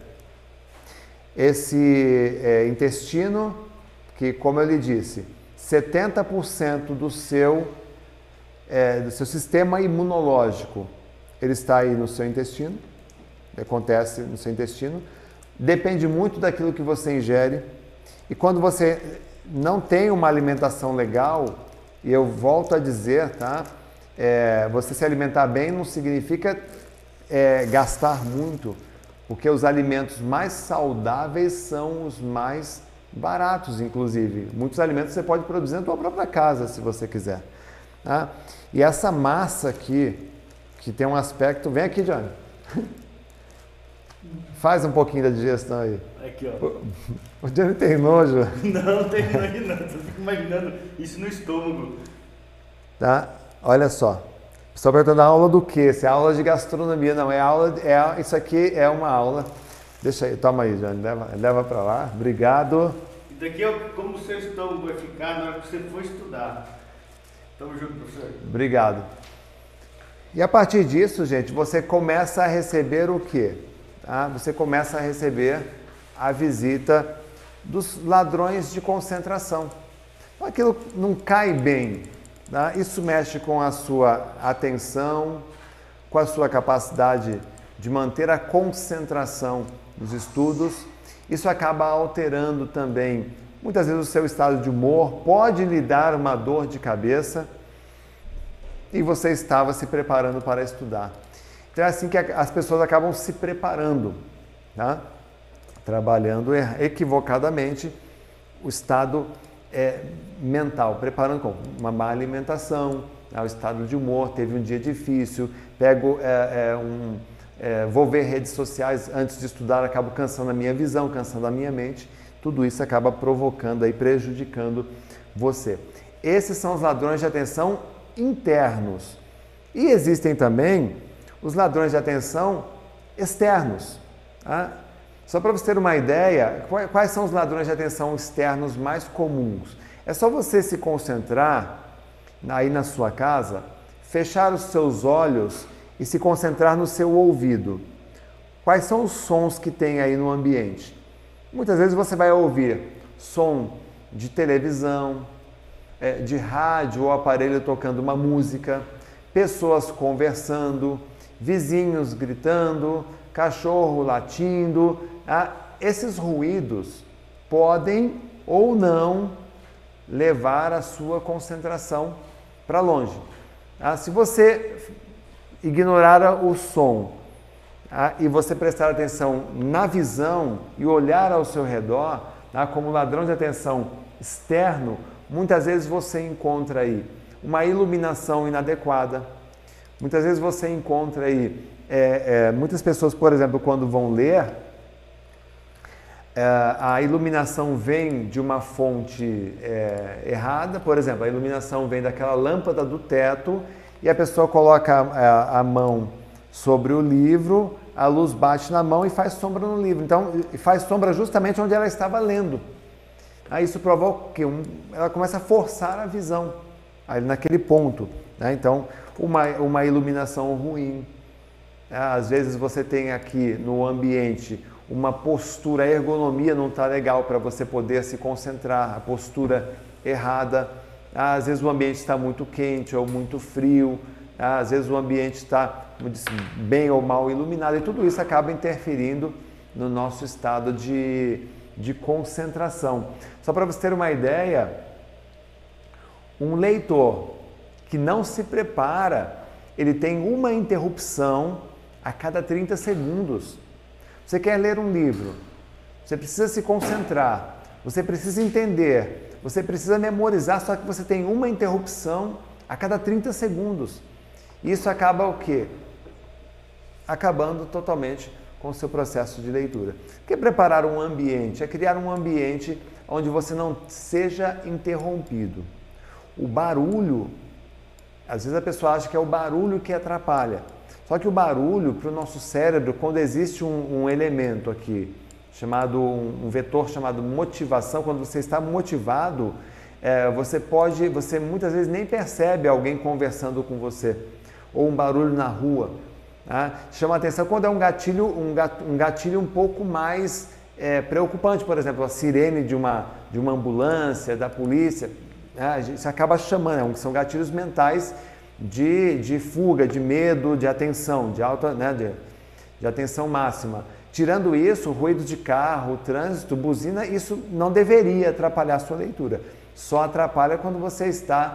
Esse intestino, que, como eu lhe disse, 70% do seu sistema imunológico, ele está aí no seu intestino, acontece no seu intestino. depende muito daquilo que você ingere. E quando você não tem uma alimentação legal, e eu volto a dizer, tá? Você se alimentar bem não significa gastar muito, porque os alimentos mais saudáveis são os mais baratos, inclusive. Muitos alimentos você pode produzir na sua própria casa, se você quiser. Tá? E essa massa aqui, que tem um aspecto... Vem aqui, Johnny. Faz um pouquinho da digestão aí. Aqui, ó. O Johnny tem nojo. Não tem nojo não. Eu fico imaginando isso no estômago. Tá? Olha só. Estou perguntando a aula do quê? Se é aula de gastronomia. Não, isso aqui é uma aula. Deixa aí, toma aí, Johnny. Leva para lá. Obrigado. E daqui é como o seu estômago vai ficar na hora que você for estudar. Tamo junto, professor. Obrigado. E a partir disso, gente, você começa a receber o quê? Tá? Você começa a receber a visita dos ladrões de concentração. Então, aquilo não cai bem. Tá? Isso mexe com a sua atenção, com a sua capacidade de manter a concentração nos estudos. Isso acaba alterando também, muitas vezes, o seu estado de humor, pode lhe dar uma dor de cabeça e você estava se preparando para estudar. Então é assim que as pessoas acabam se preparando, tá? Trabalhando equivocadamente o estado mental, preparando com uma má alimentação, o estado de humor, teve um dia difícil, vou ver redes sociais antes de estudar, acabo cansando a minha visão, cansando a minha mente, tudo isso acaba provocando e prejudicando você. Esses são os ladrões de atenção internos. E existem também os ladrões de atenção externos. Tá? Só para você ter uma ideia, quais são os ladrões de atenção externos mais comuns? É só você se concentrar aí na sua casa, fechar os seus olhos e se concentrar no seu ouvido. Quais são os sons que tem aí no ambiente? Muitas vezes você vai ouvir som de televisão, de rádio ou aparelho tocando uma música, pessoas conversando, vizinhos gritando, cachorro latindo. Esses ruídos podem ou não levar a sua concentração para longe. Se você ignorar o som e você prestar atenção na visão e olhar ao seu redor, como ladrão de atenção externo, muitas vezes você encontra aí uma iluminação inadequada. Muitas vezes você encontra aí, muitas pessoas, por exemplo, quando vão ler, a iluminação vem de uma fonte errada. Por exemplo, a iluminação vem daquela lâmpada do teto e a pessoa coloca a mão sobre o livro, a luz bate na mão e faz sombra no livro. Então, faz sombra justamente onde ela estava lendo. Isso provoca que ela começa a forçar a visão ali naquele ponto. Né? Então, uma iluminação ruim. Às vezes você tem aqui no ambiente uma postura, a ergonomia não está legal para você poder se concentrar, a postura errada. Às vezes o ambiente está muito quente ou muito frio. Às vezes o ambiente está bem ou mal iluminado. E tudo isso acaba interferindo no nosso estado de concentração. Só para você ter uma ideia, um leitor que não se prepara, ele tem uma interrupção a cada 30 segundos. Você quer ler um livro, você precisa se concentrar, você precisa entender, você precisa memorizar, só que você tem uma interrupção a cada 30 segundos. Isso acaba o quê? Acabando totalmente com o seu processo de leitura. O que é preparar um ambiente? É criar um ambiente onde você não seja interrompido. O barulho, às vezes a pessoa acha que é o barulho que atrapalha. Só que o barulho, para o nosso cérebro, quando existe um elemento aqui, um vetor chamado motivação, quando você está motivado, você muitas vezes nem percebe alguém conversando com você, ou um barulho na rua. Chama a atenção quando é um gatilho um pouco mais preocupante, por exemplo, a sirene de uma ambulância, da polícia. Isso acaba chamando, são gatilhos mentais de fuga, de medo, de atenção, de atenção máxima. Tirando isso, ruído de carro, trânsito, buzina, isso não deveria atrapalhar a sua leitura. Só atrapalha quando você está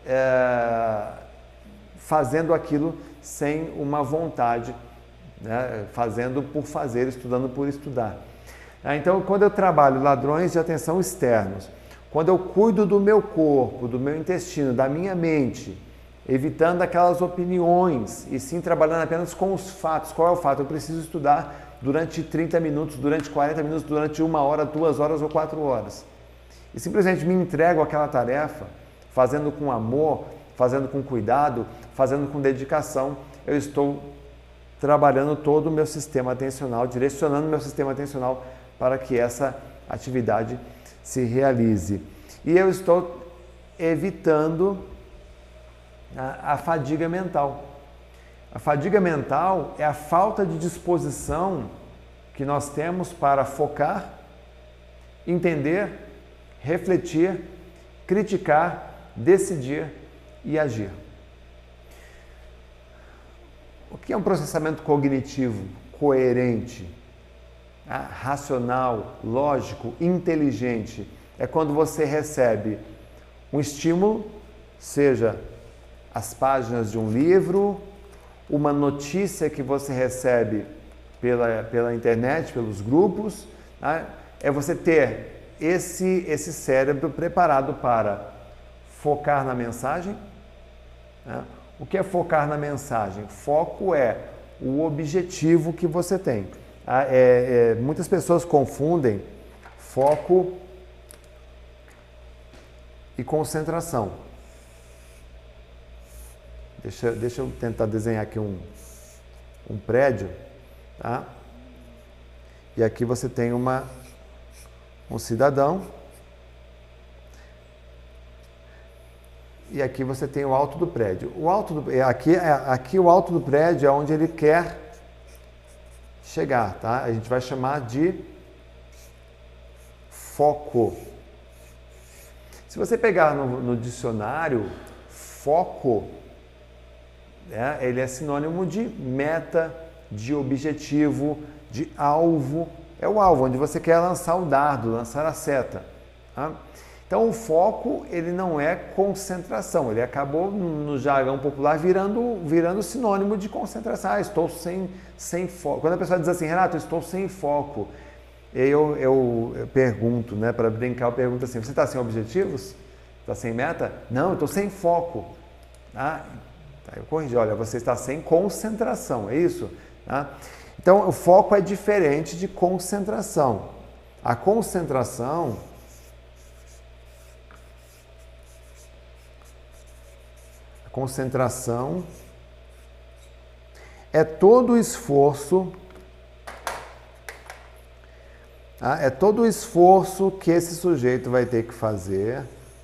fazendo aquilo sem uma vontade, né? Fazendo por fazer, estudando por estudar. Então, quando eu trabalho ladrões de atenção externos, quando eu cuido do meu corpo, do meu intestino, da minha mente, evitando aquelas opiniões e sim trabalhando apenas com os fatos. Qual é o fato? Eu preciso estudar durante 30 minutos, durante 40 minutos, durante 1 hora, 2 horas ou 4 horas. E simplesmente me entrego àquela tarefa, fazendo com amor, fazendo com cuidado, fazendo com dedicação. Eu estou trabalhando todo o meu sistema atencional, direcionando o meu sistema atencional para que essa atividade se realize. E eu estou evitando a fadiga mental. A fadiga mental é a falta de disposição que nós temos para focar, entender, refletir, criticar, decidir e agir. O que é um processamento cognitivo coerente, racional, lógico, inteligente? É quando você recebe um estímulo, seja as páginas de um livro, uma notícia que você recebe pela internet, pelos grupos, tá? É você ter esse cérebro preparado para focar na mensagem. Tá? O que é focar na mensagem? Foco é o objetivo que você tem. Muitas pessoas confundem foco e concentração. Deixa eu tentar desenhar aqui um prédio, tá? E aqui você tem um cidadão. E aqui você tem o alto do prédio. Aqui o alto do prédio é onde ele quer chegar, tá? A gente vai chamar de foco. Se você pegar no dicionário, foco, ele é sinônimo de meta, de objetivo, de alvo. É o alvo, onde você quer lançar o dardo, lançar a seta. Tá? Então, o foco, ele não é concentração. Ele acabou, no jargão popular, virando sinônimo de concentração. Estou sem foco. Quando a pessoa diz assim, Renato, estou sem foco, eu pergunto, né, para brincar, eu pergunto assim, você está sem objetivos? Está sem meta? Não, eu estou sem foco. Eu corrigi, olha, você está sem concentração, é isso? Tá? Então, o foco é diferente de concentração. A concentração é todo o esforço, que esse sujeito vai ter que fazer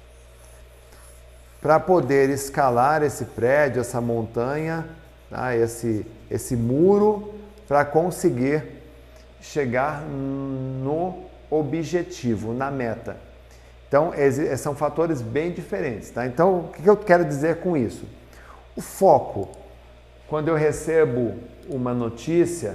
para poder escalar esse prédio, essa montanha, tá? esse muro, para conseguir chegar no objetivo, na meta. Então, são fatores bem diferentes. Tá? Então, o que eu quero dizer com isso? O foco, quando eu recebo uma notícia,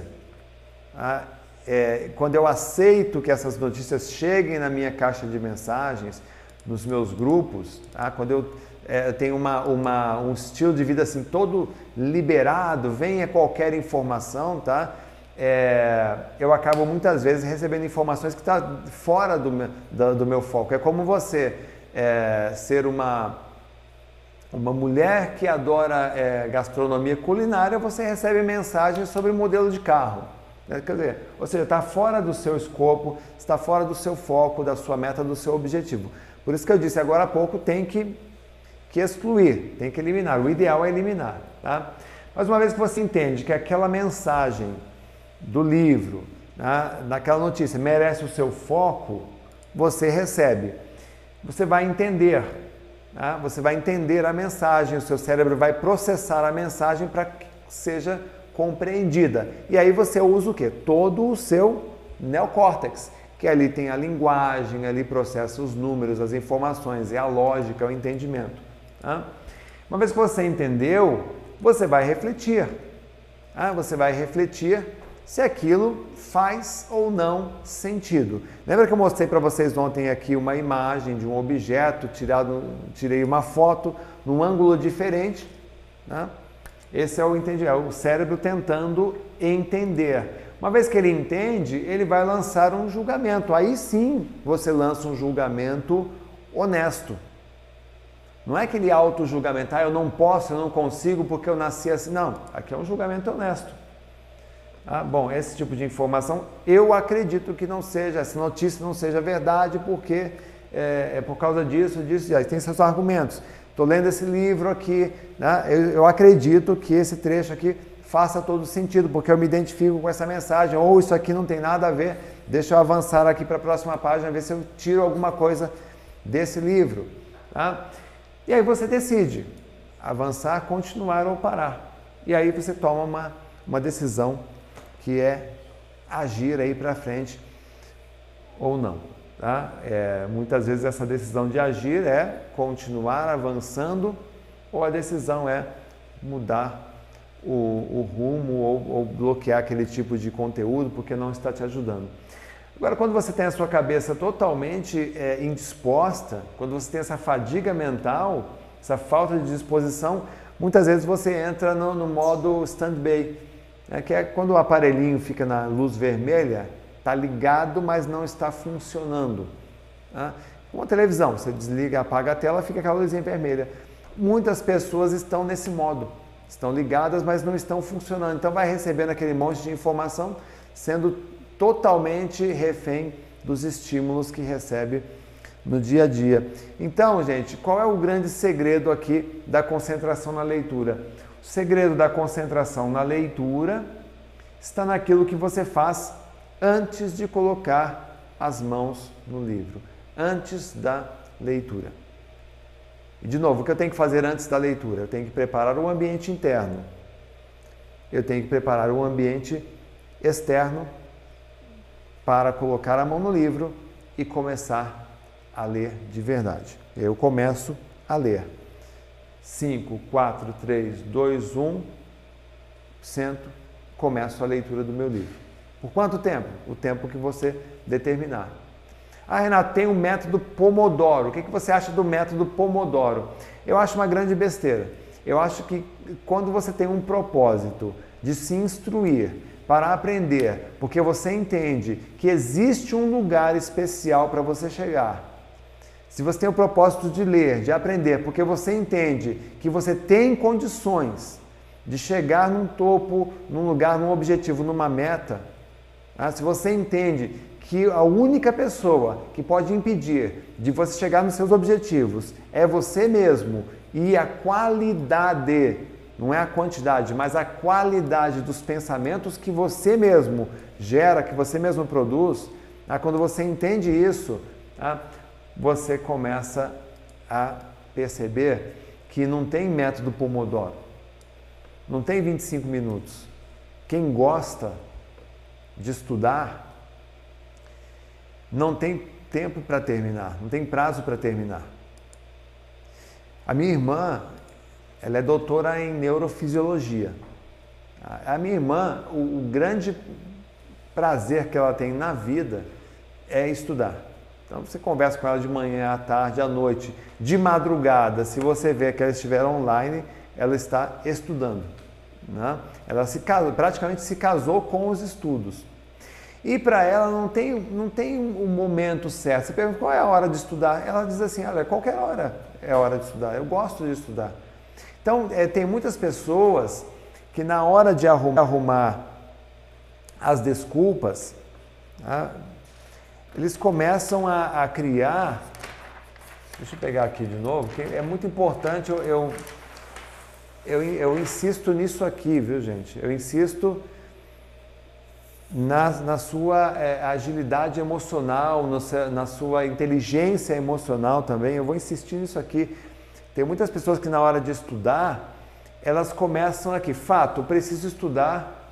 quando eu aceito que essas notícias cheguem na minha caixa de mensagens, nos meus grupos, tá? Quando eu tenho um estilo de vida assim, todo liberado, venha qualquer informação, tá? Eu acabo muitas vezes recebendo informações que estão fora do meu foco. É como você ser uma mulher que adora gastronomia culinária, você recebe mensagens sobre modelo de carro. Né? Quer dizer, ou seja, está fora do seu escopo, está fora do seu foco, da sua meta, do seu objetivo. Por isso que eu disse agora há pouco, tem que excluir, tem que eliminar. O ideal é eliminar. Tá? Mas uma vez que você entende que aquela mensagem do livro, naquela notícia, merece o seu foco, você recebe. Você vai entender. Você vai entender a mensagem, o seu cérebro vai processar a mensagem para que seja compreendida. E aí você usa o quê? Todo o seu neocórtex, que ali tem a linguagem, ali processa os números, as informações, a lógica, o entendimento. Uma vez que você entendeu, você vai refletir. Você vai refletir se aquilo faz ou não sentido. Lembra que eu mostrei para vocês ontem aqui uma imagem de um objeto, tirei uma foto num ângulo diferente, né? Esse é o cérebro tentando entender. Uma vez que ele entende, ele vai lançar um julgamento. Aí sim você lança um julgamento honesto. Não é aquele auto-julgamento, eu não posso, eu não consigo porque eu nasci assim. Não, aqui é um julgamento honesto. Bom, esse tipo de informação eu acredito que não seja, essa notícia não seja verdade porque é por causa disso, tem seus argumentos. Estou lendo esse livro aqui, né? Eu acredito que esse trecho aqui faça todo sentido, porque eu me identifico com essa mensagem, ou isso aqui não tem nada a ver, deixa eu avançar aqui para a próxima página, ver se eu tiro alguma coisa desse livro. Tá? E aí você decide avançar, continuar ou parar. E aí você toma uma decisão que é agir aí para frente ou não. Tá? Muitas vezes essa decisão de agir é continuar avançando ou a decisão é mudar o rumo ou bloquear aquele tipo de conteúdo porque não está te ajudando. Agora, quando você tem a sua cabeça totalmente indisposta, quando você tem essa fadiga mental, essa falta de disposição, muitas vezes você entra no modo stand-by, que é quando o aparelhinho fica na luz vermelha, está ligado, mas não está funcionando. Uma televisão, você desliga, apaga a tela, fica aquela luzinha vermelha. Muitas pessoas estão nesse modo, estão ligadas, mas não estão funcionando. Então vai recebendo aquele monte de informação, sendo totalmente refém dos estímulos que recebe no dia a dia. Então, gente, qual é o grande segredo aqui da concentração na leitura? O segredo da concentração na leitura está naquilo que você faz antes de colocar as mãos no livro, antes da leitura. E de novo, o que eu tenho que fazer antes da leitura? Eu tenho que preparar o ambiente interno. Eu tenho que preparar o ambiente externo para colocar a mão no livro e começar a ler de verdade. Eu começo a ler. 5, 4, 3, 2, 1, sento, começo a leitura do meu livro. Por quanto tempo? O tempo que você determinar. Renato, tem o método Pomodoro. O que você acha do método Pomodoro? Eu acho uma grande besteira. Eu acho que quando você tem um propósito de se instruir para aprender, porque você entende que existe um lugar especial para você chegar. Se você tem o propósito de ler, de aprender, porque você entende que você tem condições de chegar num topo, num lugar, num objetivo, numa meta, se você entende que a única pessoa que pode impedir de você chegar nos seus objetivos é você mesmo e a qualidade, não é a quantidade, mas a qualidade dos pensamentos que você mesmo gera, que você mesmo produz, quando você entende isso, você começa a perceber que não tem método Pomodoro, não tem 25 minutos. Quem gosta de estudar não tem tempo para terminar, não tem prazo para terminar. A minha irmã, ela é doutora em neurofisiologia. A minha irmã, o grande prazer que ela tem na vida é estudar. Então você conversa com ela de manhã, à tarde, à noite, de madrugada. Se você vê que ela estiver online, ela está estudando. Né? Ela praticamente se casou com os estudos. E para ela não tem um momento certo. Você pergunta qual é a hora de estudar? Ela diz assim, olha, qualquer hora é hora de estudar. Eu gosto de estudar. Então, tem muitas pessoas que na hora de arrumar as desculpas, eles começam a criar... Deixa eu pegar aqui de novo, que é muito importante, eu insisto nisso aqui, viu, gente? Eu insisto na sua agilidade emocional, na sua inteligência emocional também. Eu vou insistir nisso aqui. Tem muitas pessoas que na hora de estudar, elas começam aqui, fato, eu preciso estudar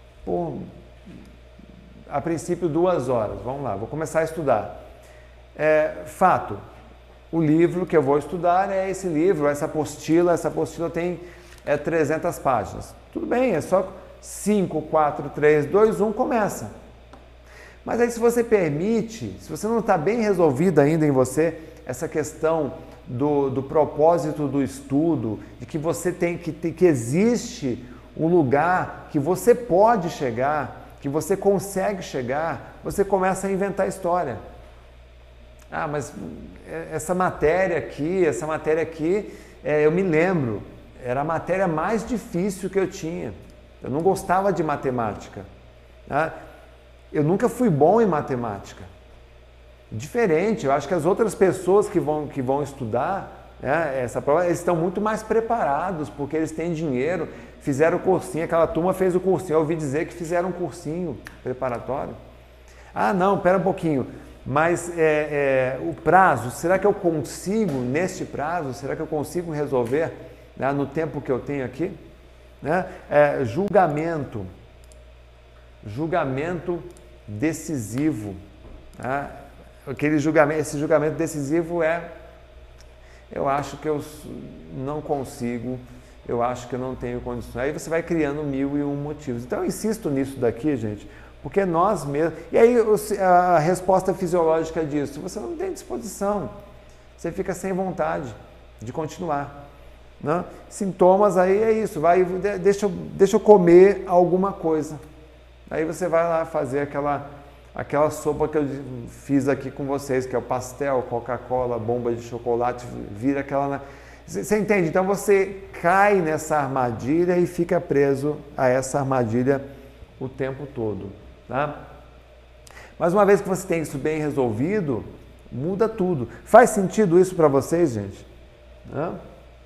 a princípio 2 horas, vamos lá, vou começar a estudar. Fato, o livro que eu vou estudar é esse livro, essa apostila tem 300 páginas. Tudo bem, é só 5, 4, 3, 2, 1, começa. Mas aí se você permite, se você não está bem resolvido ainda em você, essa questão do propósito do estudo, de que você tem que existe um lugar que você pode chegar, que você consegue chegar, você começa a inventar história. Ah, mas essa matéria aqui, eu me lembro, era a matéria mais difícil que eu tinha. Eu não gostava de matemática. Né? Eu nunca fui bom em matemática. Diferente, eu acho que as outras pessoas que vão estudar essa prova, eles estão muito mais preparados, porque eles têm dinheiro, fizeram o cursinho, aquela turma fez o cursinho. Eu ouvi dizer que fizeram um cursinho preparatório. Ah, não, pera um pouquinho. Mas o prazo, será que eu consigo, neste prazo, será que eu consigo resolver no tempo que eu tenho aqui? Né? Julgamento decisivo. Né? Esse julgamento decisivo eu acho que eu não consigo, eu acho que eu não tenho condições. Aí você vai criando 1001 motivos. Então eu insisto nisso daqui, gente, porque nós mesmos... E aí a resposta fisiológica disso, você não tem disposição, você fica sem vontade de continuar. Né? Sintomas aí é isso, deixa eu comer alguma coisa. Aí você vai lá fazer aquela sopa que eu fiz aqui com vocês, que é o pastel, Coca-Cola, bomba de chocolate, vira aquela... Você entende? Então você cai nessa armadilha e fica preso a essa armadilha o tempo todo. Tá? Mas uma vez que você tem isso bem resolvido, muda tudo. Faz sentido isso para vocês, gente? Né?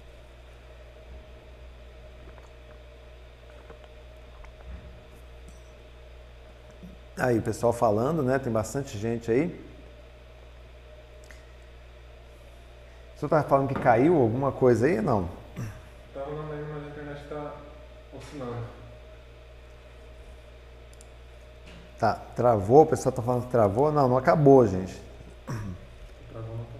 Aí, o pessoal falando, né? Tem bastante gente aí. O senhor estava falando que caiu alguma coisa aí? Não. Estava não lembro, mas a internet está oscilando. Tá, travou, o pessoal está falando que travou. Não acabou, gente. Travou na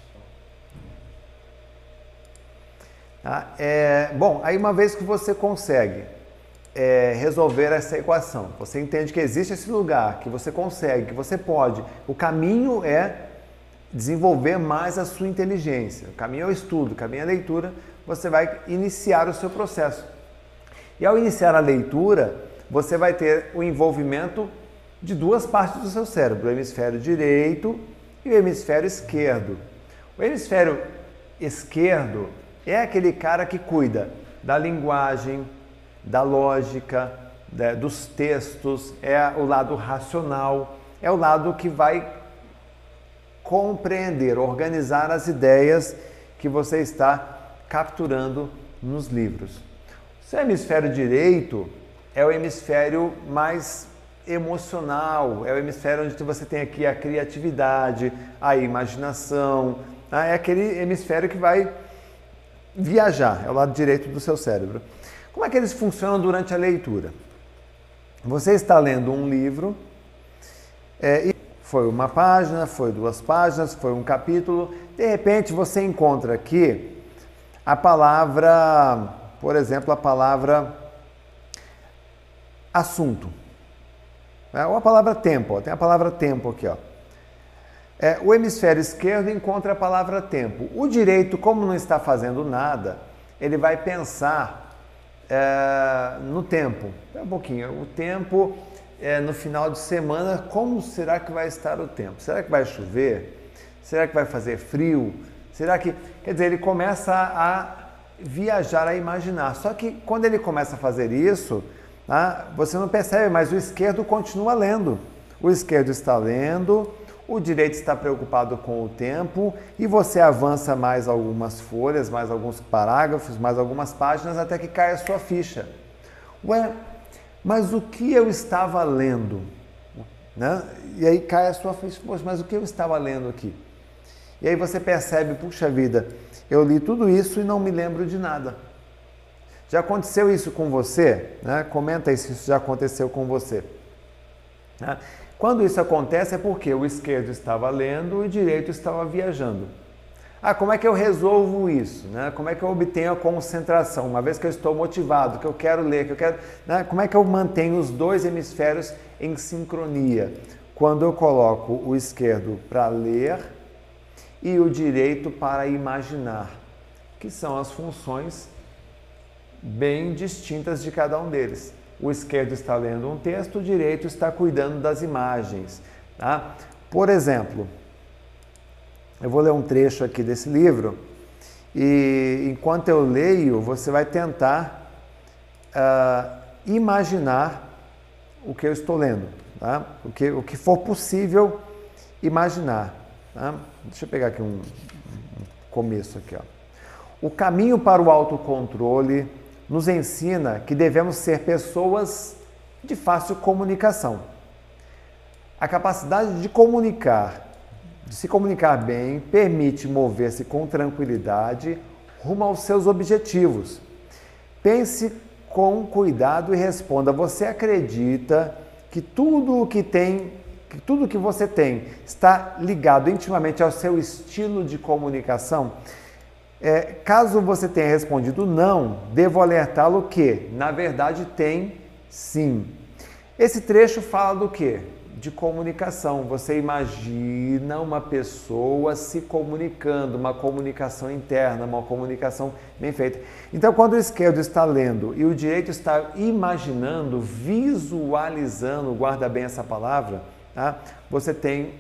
função. Bom, aí uma vez que você consegue resolver essa equação, você entende que existe esse lugar, que você consegue, que você pode. O caminho é desenvolver mais a sua inteligência. O caminho é o estudo, o caminho é a leitura. Você vai iniciar o seu processo. E ao iniciar a leitura, você vai ter o envolvimento de duas partes do seu cérebro, o hemisfério direito e o hemisfério esquerdo. O hemisfério esquerdo é aquele cara que cuida da linguagem, da lógica, dos textos, é o lado racional, é o lado que vai compreender, organizar as ideias que você está capturando nos livros. O seu hemisfério direito é o hemisfério mais emocional, é o hemisfério onde você tem aqui a criatividade, a imaginação, é aquele hemisfério que vai viajar, é o lado direito do seu cérebro. Como é que eles funcionam durante a leitura? Você está lendo um livro, e foi uma página, foi 2 páginas, foi um capítulo, de repente você encontra aqui a palavra, por exemplo, a palavra assunto, ou a palavra tempo, tem a palavra tempo aqui, ó. O hemisfério esquerdo encontra a palavra tempo. O direito, como não está fazendo nada, ele vai pensar no tempo. Um pouquinho, o tempo, no final de semana, como será que vai estar o tempo? Será que vai chover? Será que vai fazer frio? Será que... Quer dizer, ele começa a viajar, a imaginar. Só que quando ele começa a fazer isso, você não percebe, mas o esquerdo continua lendo. O esquerdo está lendo, o direito está preocupado com o tempo e você avança mais algumas folhas, mais alguns parágrafos, mais algumas páginas até que cai a sua ficha. Ué, mas o que eu estava lendo? Né? E aí cai a sua ficha, poxa, mas o que eu estava lendo aqui? E aí você percebe, puxa vida, eu li tudo isso e não me lembro de nada. Já aconteceu isso com você? Né? Comenta aí se isso já aconteceu com você. Né? Quando isso acontece é porque o esquerdo estava lendo e o direito estava viajando. Ah, como é que eu resolvo isso? Né? Como é que eu obtenho a concentração? Uma vez que eu estou motivado, que eu quero ler, que eu quero... Né? Como é que eu mantenho os dois hemisférios em sincronia? Quando eu coloco o esquerdo para ler e o direito para imaginar, que são as funções bem distintas de cada um deles. O esquerdo está lendo um texto, o direito está cuidando das imagens. Tá? Por exemplo, eu vou ler um trecho aqui desse livro e enquanto eu leio, você vai tentar imaginar o que eu estou lendo, tá? O que for possível imaginar. Tá? Deixa eu pegar aqui um começo aqui. Ó. O caminho para o autocontrole nos ensina que devemos ser pessoas de fácil comunicação. A capacidade de se comunicar bem, permite mover-se com tranquilidade rumo aos seus objetivos. Pense com cuidado e responda: você acredita que tudo o que você tem está ligado intimamente ao seu estilo de comunicação? Caso você tenha respondido não, devo alertá-lo que, na verdade, tem sim. Esse trecho fala do quê? De comunicação. Você imagina uma pessoa se comunicando, uma comunicação interna, uma comunicação bem feita. Então, quando o esquerdo está lendo e o direito está imaginando, visualizando, guarda bem essa palavra, tá? Você tem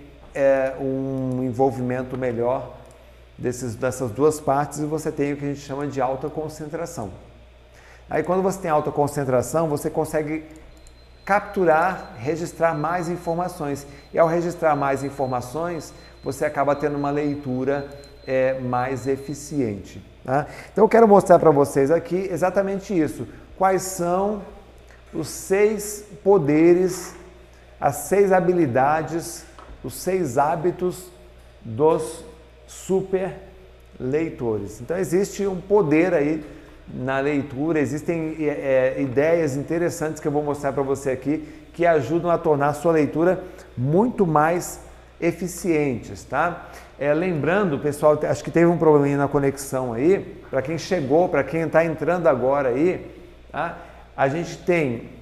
um envolvimento melhor dessas duas partes e você tem o que a gente chama de alta concentração. Aí, quando você tem alta concentração, você consegue capturar, registrar mais informações. E ao registrar mais informações, você acaba tendo uma leitura mais eficiente. Tá? Então eu quero mostrar para vocês aqui exatamente isso. Quais são os 6 poderes, as 6 habilidades, os 6 hábitos dos super leitores. Então existe um poder aí na leitura, existem ideias interessantes que eu vou mostrar para você aqui que ajudam a tornar a sua leitura muito mais eficientes, tá? Lembrando, pessoal, acho que teve um probleminha na conexão aí, para quem chegou, para quem está entrando agora aí, tá? A gente tem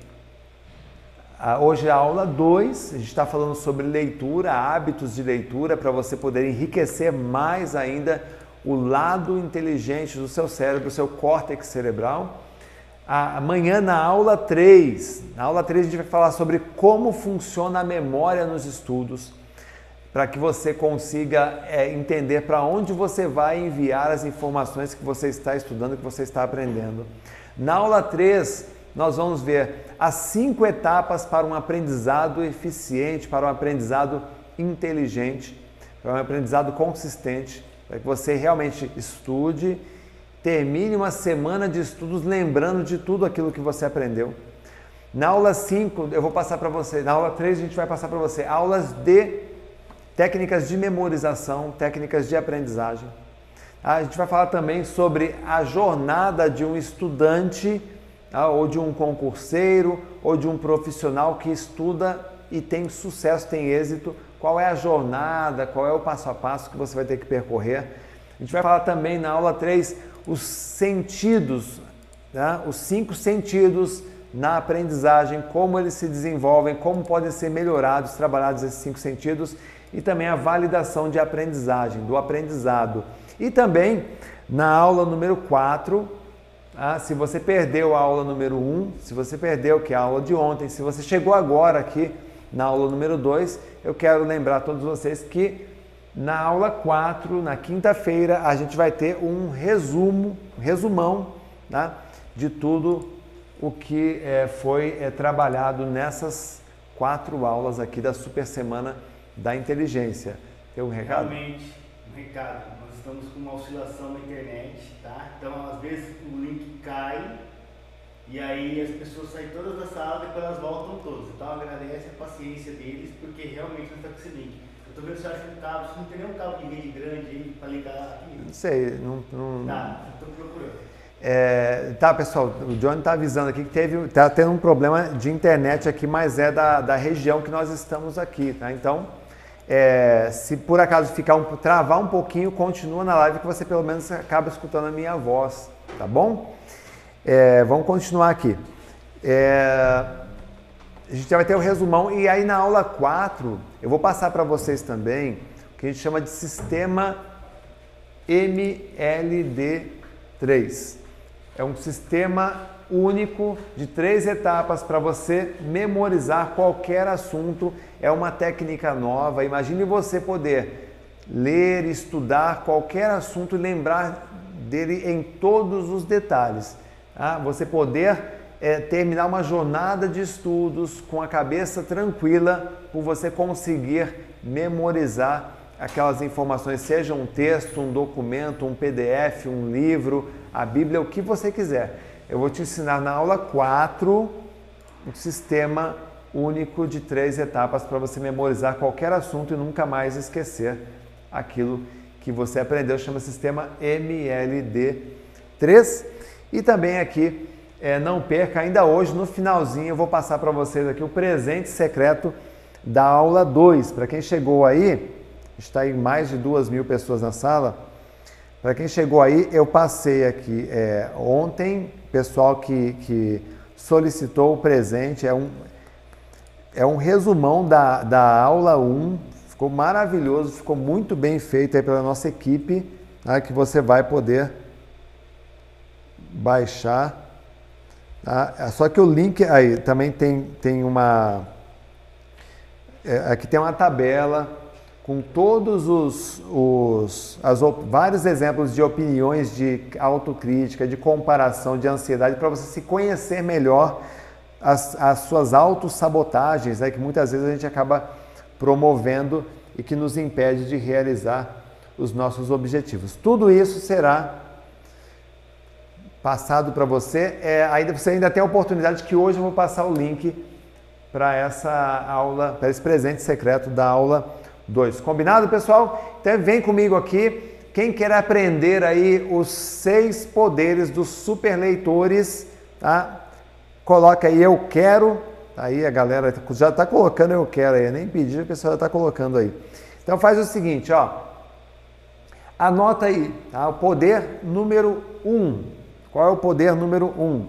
hoje a aula 2, a gente está falando sobre leitura, hábitos de leitura, para você poder enriquecer mais ainda o lado inteligente do seu cérebro, o seu córtex cerebral. Amanhã na aula 3, a gente vai falar sobre como funciona a memória nos estudos, para que você consiga entender para onde você vai enviar as informações que você está estudando, que você está aprendendo. Na aula 3, nós vamos ver as 5 etapas para um aprendizado eficiente, para um aprendizado inteligente, para um aprendizado consistente, para que você realmente estude, termine uma semana de estudos lembrando de tudo aquilo que você aprendeu. Na aula 5, eu vou passar para você, na aula 3 a gente vai passar para você aulas de técnicas de memorização, técnicas de aprendizagem. A gente vai falar também sobre a jornada de um estudante, ou de um concurseiro, ou de um profissional que estuda e tem sucesso, tem êxito. Qual é a jornada, qual é o passo a passo que você vai ter que percorrer. A gente vai falar também na aula 3 os sentidos, tá? Os 5 sentidos na aprendizagem, como eles se desenvolvem, como podem ser melhorados, trabalhados esses 5 sentidos e também a validação de aprendizagem, do aprendizado. E também na aula número 4, se você perdeu a aula número 1, se você perdeu que é a aula de ontem, se você chegou agora aqui na aula número 2, eu quero lembrar a todos vocês que na aula 4, na quinta-feira, a gente vai ter um resumão, tá? De tudo o que foi trabalhado nessas 4 aulas aqui da Super Semana da Inteligência. Tem um recado? Realmente, um recado. Nós estamos com uma oscilação na internet, tá? Então, às vezes, o link cai e aí as pessoas saem todas da sala e depois elas voltam todas. Então, agradece a paciência deles, porque realmente não está com esse link. Eu estou vendo se acha um cabo, se não tem nenhum cabo de rede grande aí para ligar aqui. Não sei, Tá, estou procurando. Tá, pessoal, o Johnny está avisando aqui que tá tendo um problema de internet aqui, mas é da região que nós estamos aqui, tá? Então, se por acaso travar um pouquinho, continua na live que você pelo menos acaba escutando a minha voz, tá bom? Vamos continuar aqui. A gente vai ter o resumão e aí na aula 4 eu vou passar para vocês também o que a gente chama de sistema MLD3. É um sistema único de 3 etapas para você memorizar qualquer assunto. É uma técnica nova. Imagine você poder ler, estudar qualquer assunto e lembrar dele em todos os detalhes. Você poder terminar uma jornada de estudos com a cabeça tranquila por você conseguir memorizar aquelas informações, seja um texto, um documento, um PDF, um livro, a Bíblia, o que você quiser. Eu vou te ensinar na aula 4 um sistema único de 3 etapas para você memorizar qualquer assunto e nunca mais esquecer aquilo que você aprendeu. Chama sistema MLD3. E também aqui, não perca, ainda hoje no finalzinho eu vou passar para vocês aqui o presente secreto da aula 2. Para quem chegou aí, está aí mais de 2.000 pessoas na sala. Para quem chegou aí, eu passei aqui ontem, pessoal que solicitou o presente, é um resumão da aula 1, ficou maravilhoso, ficou muito bem feito aí pela nossa equipe, tá? Que você vai poder baixar. Tá? Só que o link aí também tem uma... aqui tem uma tabela com todos vários exemplos de opiniões, de autocrítica, de comparação, de ansiedade, para você se conhecer melhor, as suas autossabotagens, que muitas vezes a gente acaba promovendo e que nos impede de realizar os nossos objetivos. Tudo isso será passado para você. Você ainda tem a oportunidade que hoje eu vou passar o link para essa aula, para esse presente secreto da aula 2. Combinado, pessoal? Então vem comigo aqui. Quem quer aprender aí os 6 poderes dos superleitores, tá? Coloca aí eu quero. Aí a galera já está colocando eu quero aí. Eu nem pedi, a pessoa já está colocando aí. Então faz o seguinte, ó. Anota aí, tá? O poder número 1. Qual é o poder número 1?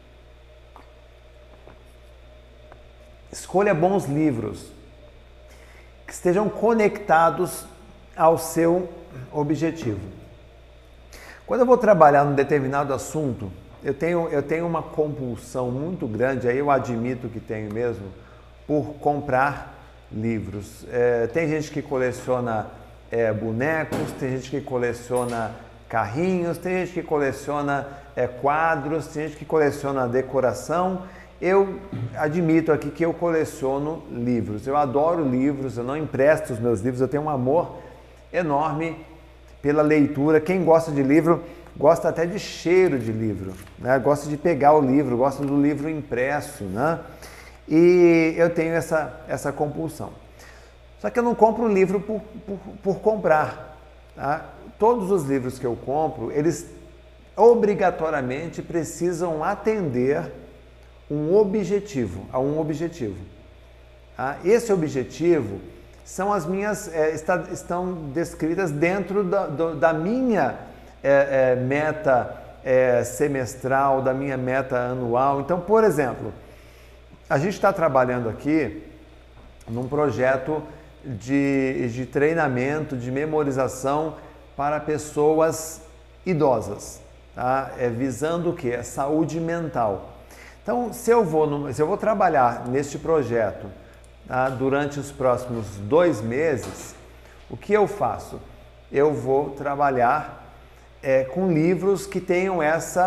Escolha bons livros que estejam conectados ao seu objetivo. Quando eu vou trabalhar num determinado assunto, eu tenho uma compulsão muito grande, aí eu admito que tenho mesmo, por comprar livros. Tem gente que coleciona bonecos, tem gente que coleciona carrinhos, tem gente que coleciona quadros, tem gente que coleciona decoração. Eu admito aqui que eu coleciono livros. Eu adoro livros, eu não empresto os meus livros, eu tenho um amor enorme pela leitura. Quem gosta de livro, gosta até de cheiro de livro, né? Gosta de pegar o livro, gosta do livro impresso, né? E eu tenho essa compulsão. Só que eu não compro um livro por comprar, tá? Todos os livros que eu compro, eles obrigatoriamente precisam atender a um objetivo. Tá? Esse objetivo são as minhas, estão descritas dentro da minha meta semestral, da minha meta anual. Então, por exemplo, a gente está trabalhando aqui num projeto de treinamento, de memorização para pessoas idosas, tá? Visando o quê? A saúde mental. Então, se eu vou trabalhar neste projeto, tá, durante os próximos 2 meses, o que eu faço? Eu vou trabalhar com livros que tenham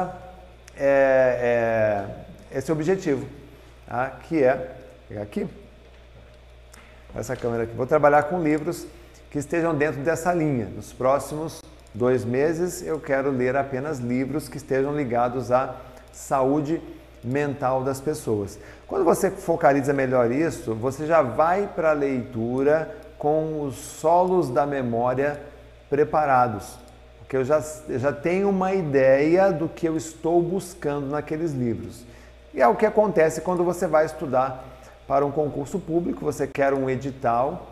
esse objetivo, tá? Que pegar aqui, essa câmera aqui. Vou trabalhar com livros que estejam dentro dessa linha. Nos próximos 2 meses, eu quero ler apenas livros que estejam ligados à saúde mental das pessoas. Quando você focaliza melhor isso, você já vai para a leitura com os solos da memória preparados, porque eu já tenho uma ideia do que eu estou buscando naqueles livros. E é o que acontece quando você vai estudar para um concurso público, você quer um edital,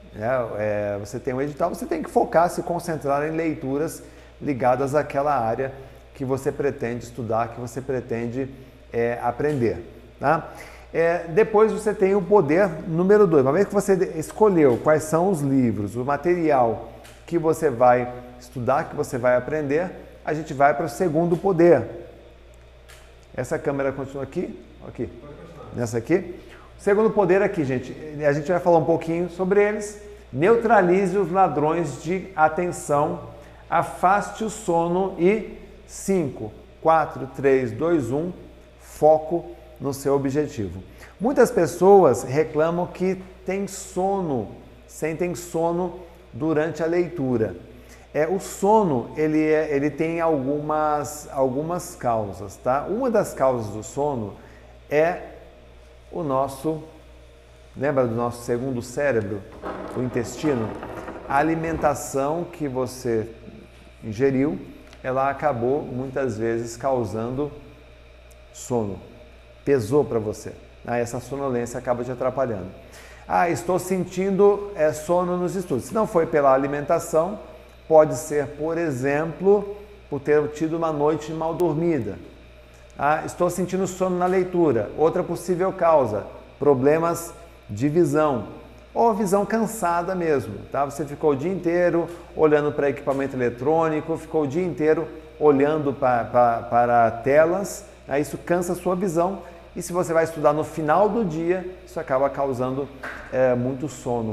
Você tem um edital, você tem que focar, se concentrar em leituras ligadas àquela área que você pretende estudar, que você pretende aprender. Tá? Depois você tem o poder número 2. Uma vez que você escolheu quais são os livros, o material que você vai estudar, que você vai aprender, a gente vai para o segundo poder. Essa câmera continua aqui? Aqui. Nessa aqui. O segundo poder aqui, gente, a gente vai falar um pouquinho sobre eles. Neutralize os ladrões de atenção, afaste o sono e 5, 4, 3, 2, 1, foco no seu objetivo. Muitas pessoas reclamam que tem sono, sentem sono durante a leitura. O sono, ele tem algumas causas, tá? Uma das causas do sono é o nosso, lembra do nosso segundo cérebro, o intestino? A alimentação que você ingeriu, ela acabou muitas vezes causando sono. Pesou para você. Essa sonolência acaba te atrapalhando. Estou sentindo sono nos estudos. Se não foi pela alimentação, pode ser, por exemplo, por ter tido uma noite mal dormida. Estou sentindo sono na leitura. Outra possível causa, problemas de visão. Ou visão cansada mesmo. Tá? Você ficou o dia inteiro olhando para equipamento eletrônico, ficou o dia inteiro olhando para telas. Isso cansa a sua visão. E se você vai estudar no final do dia, isso acaba causando muito sono.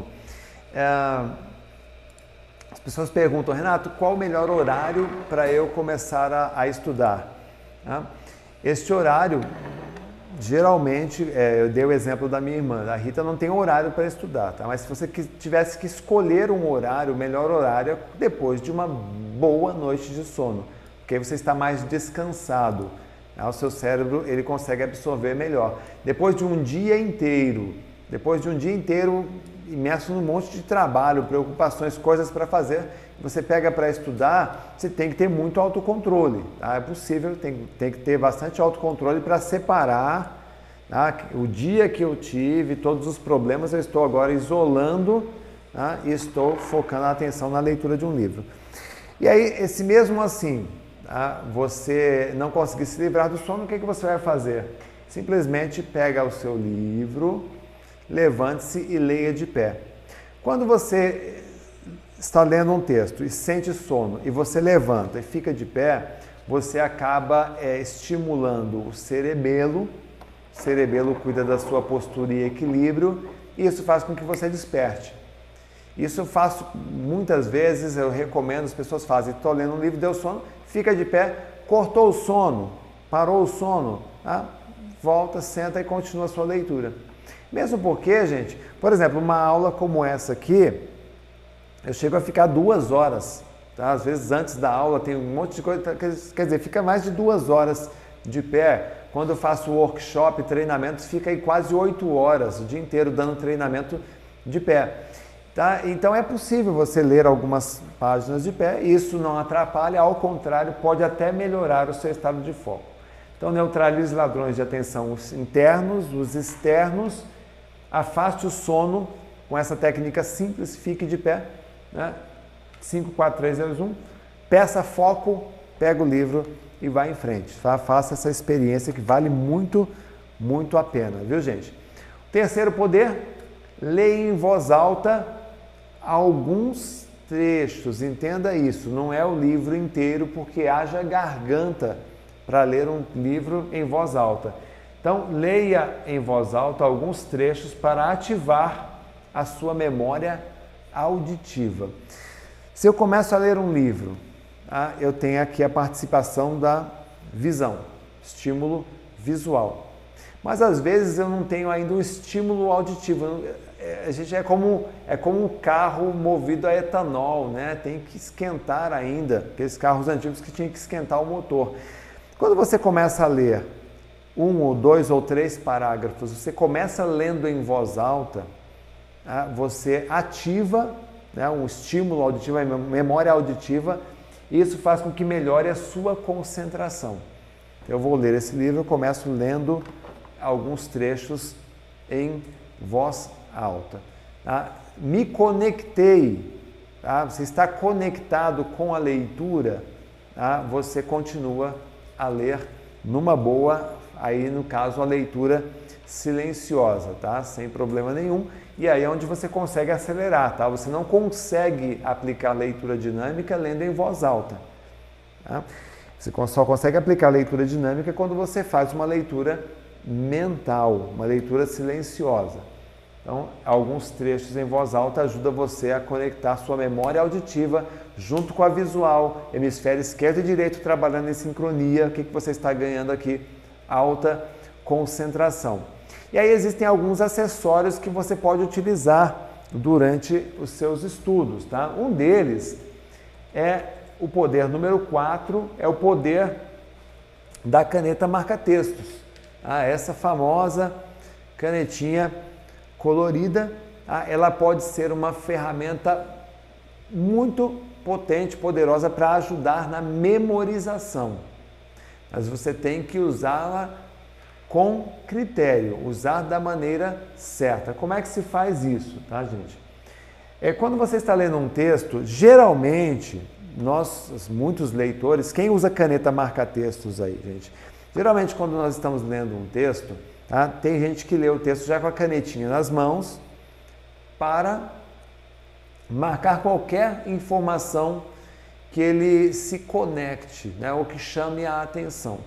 As pessoas perguntam, Renato, qual o melhor horário para eu começar a estudar? Este horário, geralmente, eu dei o exemplo da minha irmã, a Rita não tem horário para estudar, tá? Mas se você tivesse que escolher um horário, o melhor horário é depois de uma boa noite de sono, porque aí você está mais descansado. O seu cérebro ele consegue absorver melhor. Depois de um dia inteiro imerso num monte de trabalho, preocupações, coisas para fazer, você pega para estudar, você tem que ter muito autocontrole. Tá? É possível, tem que ter bastante autocontrole para separar. Tá? O dia que eu tive, todos os problemas, eu estou agora isolando, tá? E estou focando a atenção na leitura de um livro. E aí, esse mesmo assim, você não conseguir se livrar do sono, o que você vai fazer? Simplesmente pega o seu livro, levante-se e leia de pé. Quando você está lendo um texto e sente sono e você levanta e fica de pé, você acaba estimulando o cerebelo. O cerebelo cuida da sua postura e equilíbrio e isso faz com que você desperte. Isso eu faço muitas vezes, eu recomendo, as pessoas fazem, estou lendo um livro, deu sono, fica de pé, cortou o sono, parou o sono, volta, senta e continua a sua leitura. Mesmo porque, gente, por exemplo, uma aula como essa aqui, eu chego a ficar 2 horas, tá? Às vezes antes da aula tem um monte de coisa, quer dizer, fica mais de 2 horas de pé. Quando eu faço workshop, treinamentos, fica aí quase 8 horas, o dia inteiro dando treinamento de pé. Tá? Então é possível você ler algumas páginas de pé, isso não atrapalha, ao contrário, pode até melhorar o seu estado de foco. Então neutralize ladrões de atenção, os internos, os externos, afaste o sono com essa técnica simples, fique de pé, né? 5, 4, 3, 2, 1, peça foco, pega o livro e vai em frente. Tá? Faça essa experiência que vale muito, muito a pena, viu gente? Terceiro poder, leia em voz alta alguns trechos, entenda isso, não é o livro inteiro, porque haja garganta para ler um livro em voz alta. Então, leia em voz alta alguns trechos para ativar a sua memória auditiva. Se eu começo a ler um livro, eu tenho aqui a participação da visão, estímulo visual. Mas às vezes eu não tenho ainda um estímulo auditivo. A gente é como um carro movido a etanol, né? Tem que esquentar ainda, aqueles carros antigos que tinham que esquentar o motor. Quando você começa a ler 1 ou 2 ou 3 parágrafos, você começa lendo em voz alta, você ativa, né, um estímulo auditivo, uma memória auditiva, e isso faz com que melhore a sua concentração. Eu vou ler esse livro, eu começo lendo alguns trechos em voz alta. tá? Me conectei, tá? Você está conectado com a leitura, tá? Você continua a ler numa boa, aí no caso a leitura silenciosa, tá? Sem problema nenhum. E aí é onde você consegue acelerar, tá? Você não consegue aplicar leitura dinâmica lendo em voz alta, tá? Você só consegue aplicar leitura dinâmica quando você faz uma leitura mental, uma leitura silenciosa. Então, alguns trechos em voz alta ajudam você a conectar sua memória auditiva junto com a visual, hemisfério esquerdo e direito trabalhando em sincronia. O que você está ganhando aqui? Alta concentração. E aí existem alguns acessórios que você pode utilizar durante os seus estudos, tá? Um deles é o poder número 4, é o poder da caneta marca-textos. Essa famosa canetinha colorida, ela pode ser uma ferramenta muito potente, poderosa para ajudar na memorização. Mas você tem que usá-la com critério, usar da maneira certa. Como é que se faz isso, tá, gente? Quando você está lendo um texto, geralmente, muitos leitores, quem usa caneta marca-textos aí, gente? Geralmente, quando nós estamos lendo um texto, tá, tem gente que lê o texto já com a canetinha nas mãos para marcar qualquer informação que ele se conecte, né, ou que chame a atenção.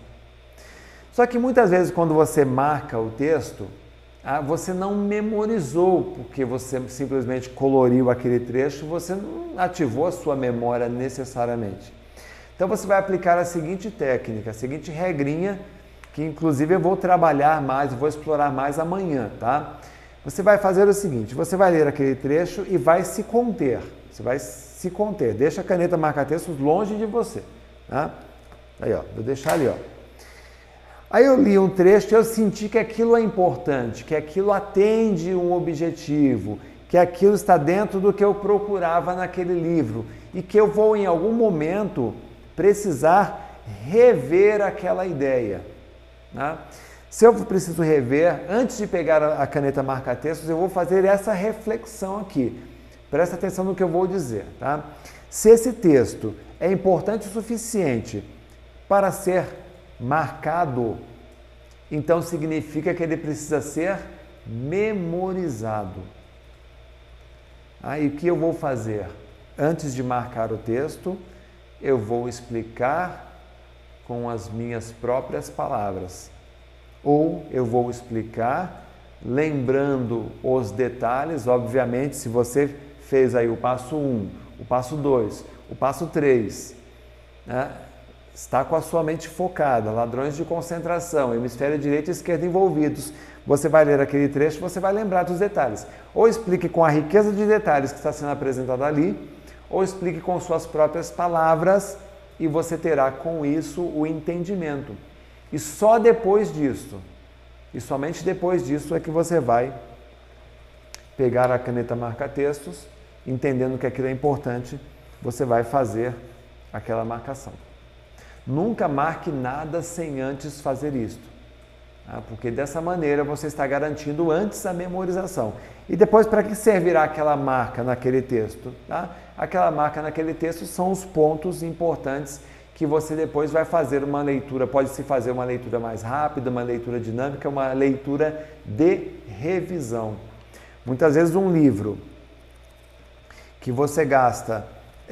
Só que muitas vezes quando você marca o texto, você não memorizou, porque você simplesmente coloriu aquele trecho, você não ativou a sua memória necessariamente. Então você vai aplicar a seguinte técnica, a seguinte regrinha, que inclusive eu vou trabalhar mais, vou explorar mais amanhã, tá? Você vai fazer o seguinte, você vai ler aquele trecho e vai se conter. Você vai se conter, deixa a caneta marca-textos longe de você, tá? Aí, ó, vou deixar ali, ó. Aí eu li um trecho e eu senti que aquilo é importante, que aquilo atende um objetivo, que aquilo está dentro do que eu procurava naquele livro e que eu vou em algum momento precisar rever aquela ideia, né? Se eu preciso rever, antes de pegar a caneta marca-textos, eu vou fazer essa reflexão aqui. Presta atenção no que eu vou dizer, tá? Se esse texto é importante o suficiente para ser marcado, então significa que ele precisa ser memorizado. Aí o que eu vou fazer? Antes de marcar o texto, eu vou explicar com as minhas próprias palavras. Ou eu vou explicar lembrando os detalhes, obviamente, se você fez aí o passo 1, o passo 2, o passo 3, né? Está com a sua mente focada, ladrões de concentração, hemisfério direito e esquerdo envolvidos. Você vai ler aquele trecho, você vai lembrar dos detalhes. Ou explique com a riqueza de detalhes que está sendo apresentada ali, ou explique com suas próprias palavras e você terá com isso o entendimento. E só depois disso, e somente depois disso é que você vai pegar a caneta marca-textos, entendendo que aquilo é importante, você vai fazer aquela marcação. Nunca marque nada sem antes fazer isto, tá? Porque dessa maneira você está garantindo antes a memorização. E depois, para que servirá aquela marca naquele texto? Tá? Aquela marca naquele texto são os pontos importantes que você depois vai fazer uma leitura. Pode-se fazer uma leitura mais rápida, uma leitura dinâmica, uma leitura de revisão. Muitas vezes um livro que você gasta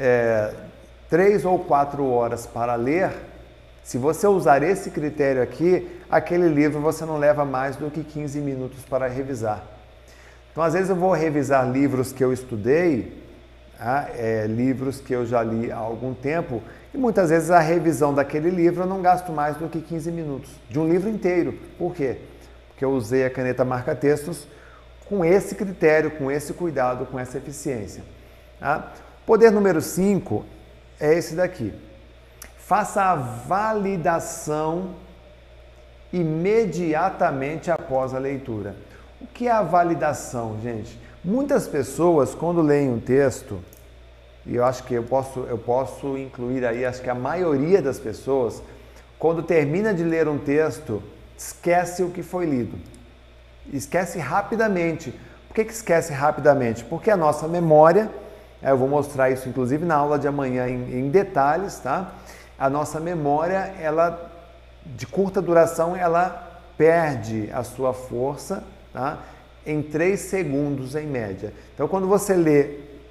3 ou 4 horas para ler, se você usar esse critério aqui, aquele livro você não leva mais do que 15 minutos para revisar. Então, às vezes eu vou revisar livros que eu estudei, livros que eu já li há algum tempo, e muitas vezes a revisão daquele livro eu não gasto mais do que 15 minutos, de um livro inteiro. Por quê? Porque eu usei a caneta marca-textos com esse critério, com esse cuidado, com essa eficiência. Tá? Poder número 5 é esse daqui. Faça a validação imediatamente após a leitura. O que é a validação, gente? Muitas pessoas, quando leem um texto, e eu acho que eu posso incluir aí, acho que a maioria das pessoas, quando termina de ler um texto, esquece o que foi lido. Esquece rapidamente, que esquece rapidamente? Porque a nossa memória, eu vou mostrar isso inclusive na aula de amanhã em detalhes, tá? A nossa memória, ela de curta duração, ela perde a sua força, tá? Em 3 segundos em média. Então, quando você lê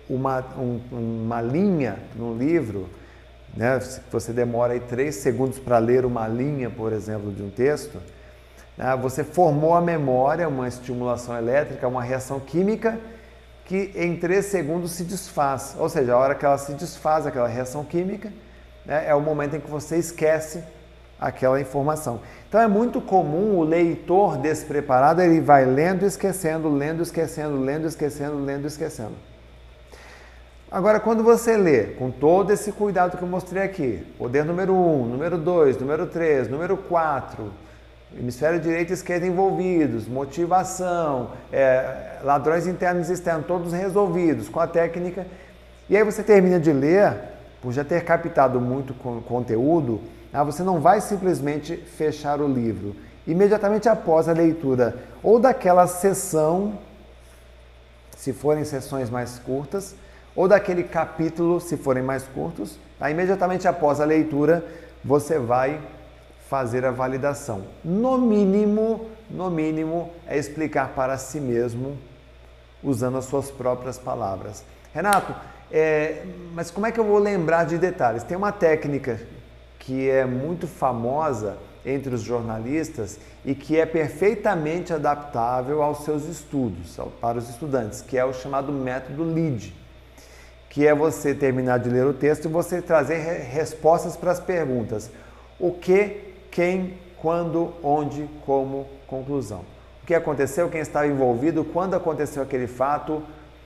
uma linha no livro, né, se você demora aí 3 segundos para ler uma linha, por exemplo, de um texto, né, você formou a memória, uma estimulação elétrica, uma reação química que em 3 segundos se desfaz. Ou seja, a hora que ela se desfaz, aquela reação química, né, é o momento em que você esquece aquela informação. Então é muito comum o leitor despreparado, ele vai lendo e esquecendo, lendo e esquecendo, lendo e esquecendo, lendo e esquecendo. Agora, quando você lê com todo esse cuidado que eu mostrei aqui, poder número 1, número 2, número 3, número 4, hemisfério direito e esquerdo envolvidos, motivação, ladrões internos e externos, todos resolvidos com a técnica, e aí você termina de ler, por já ter captado muito conteúdo, você não vai simplesmente fechar o livro. Imediatamente após a leitura, ou daquela sessão, se forem sessões mais curtas, ou daquele capítulo, se forem mais curtos, imediatamente após a leitura, você vai fazer a validação. No mínimo, é explicar para si mesmo, usando as suas próprias palavras. Renato, mas como é que eu vou lembrar de detalhes? Tem uma técnica que é muito famosa entre os jornalistas e que é perfeitamente adaptável aos seus estudos, para os estudantes, que é o chamado método LEAD, que é você terminar de ler o texto e você trazer respostas para as perguntas. O que, quem, quando, onde, como, conclusão. O que aconteceu, quem estava envolvido, quando aconteceu aquele fato,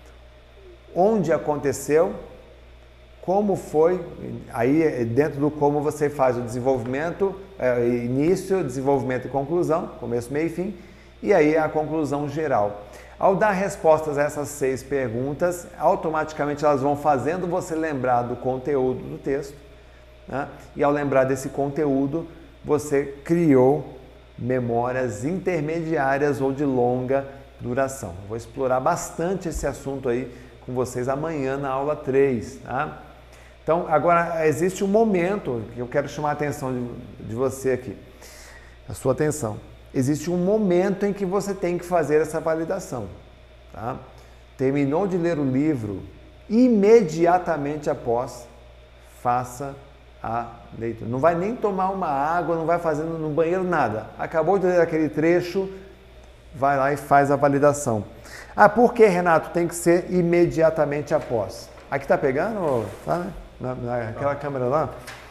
onde aconteceu, como foi, aí dentro do como você faz o desenvolvimento, início, desenvolvimento e conclusão, começo, meio e fim, e aí a conclusão geral. Ao dar respostas a essas 6 perguntas, automaticamente elas vão fazendo você lembrar do conteúdo do texto, né? E ao lembrar desse conteúdo, você criou memórias intermediárias ou de longa duração. Vou explorar bastante esse assunto aí com vocês amanhã na aula 3, tá? Então, agora existe um momento que eu quero chamar a atenção de você aqui, a sua atenção. Existe um momento em que você tem que fazer essa validação, tá? Terminou de ler o livro, imediatamente após, faça a leitura. Não vai nem tomar uma água, não vai fazer no banheiro, nada. Acabou de ler aquele trecho, vai lá e faz a validação. Por que, Renato, tem que ser imediatamente após? Aqui tá pegando? Tá? Naquela câmera lá?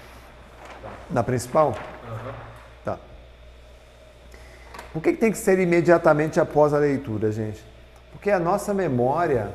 Na principal? Uhum. Tá. Por que tem que ser imediatamente após a leitura, gente? Porque a nossa memória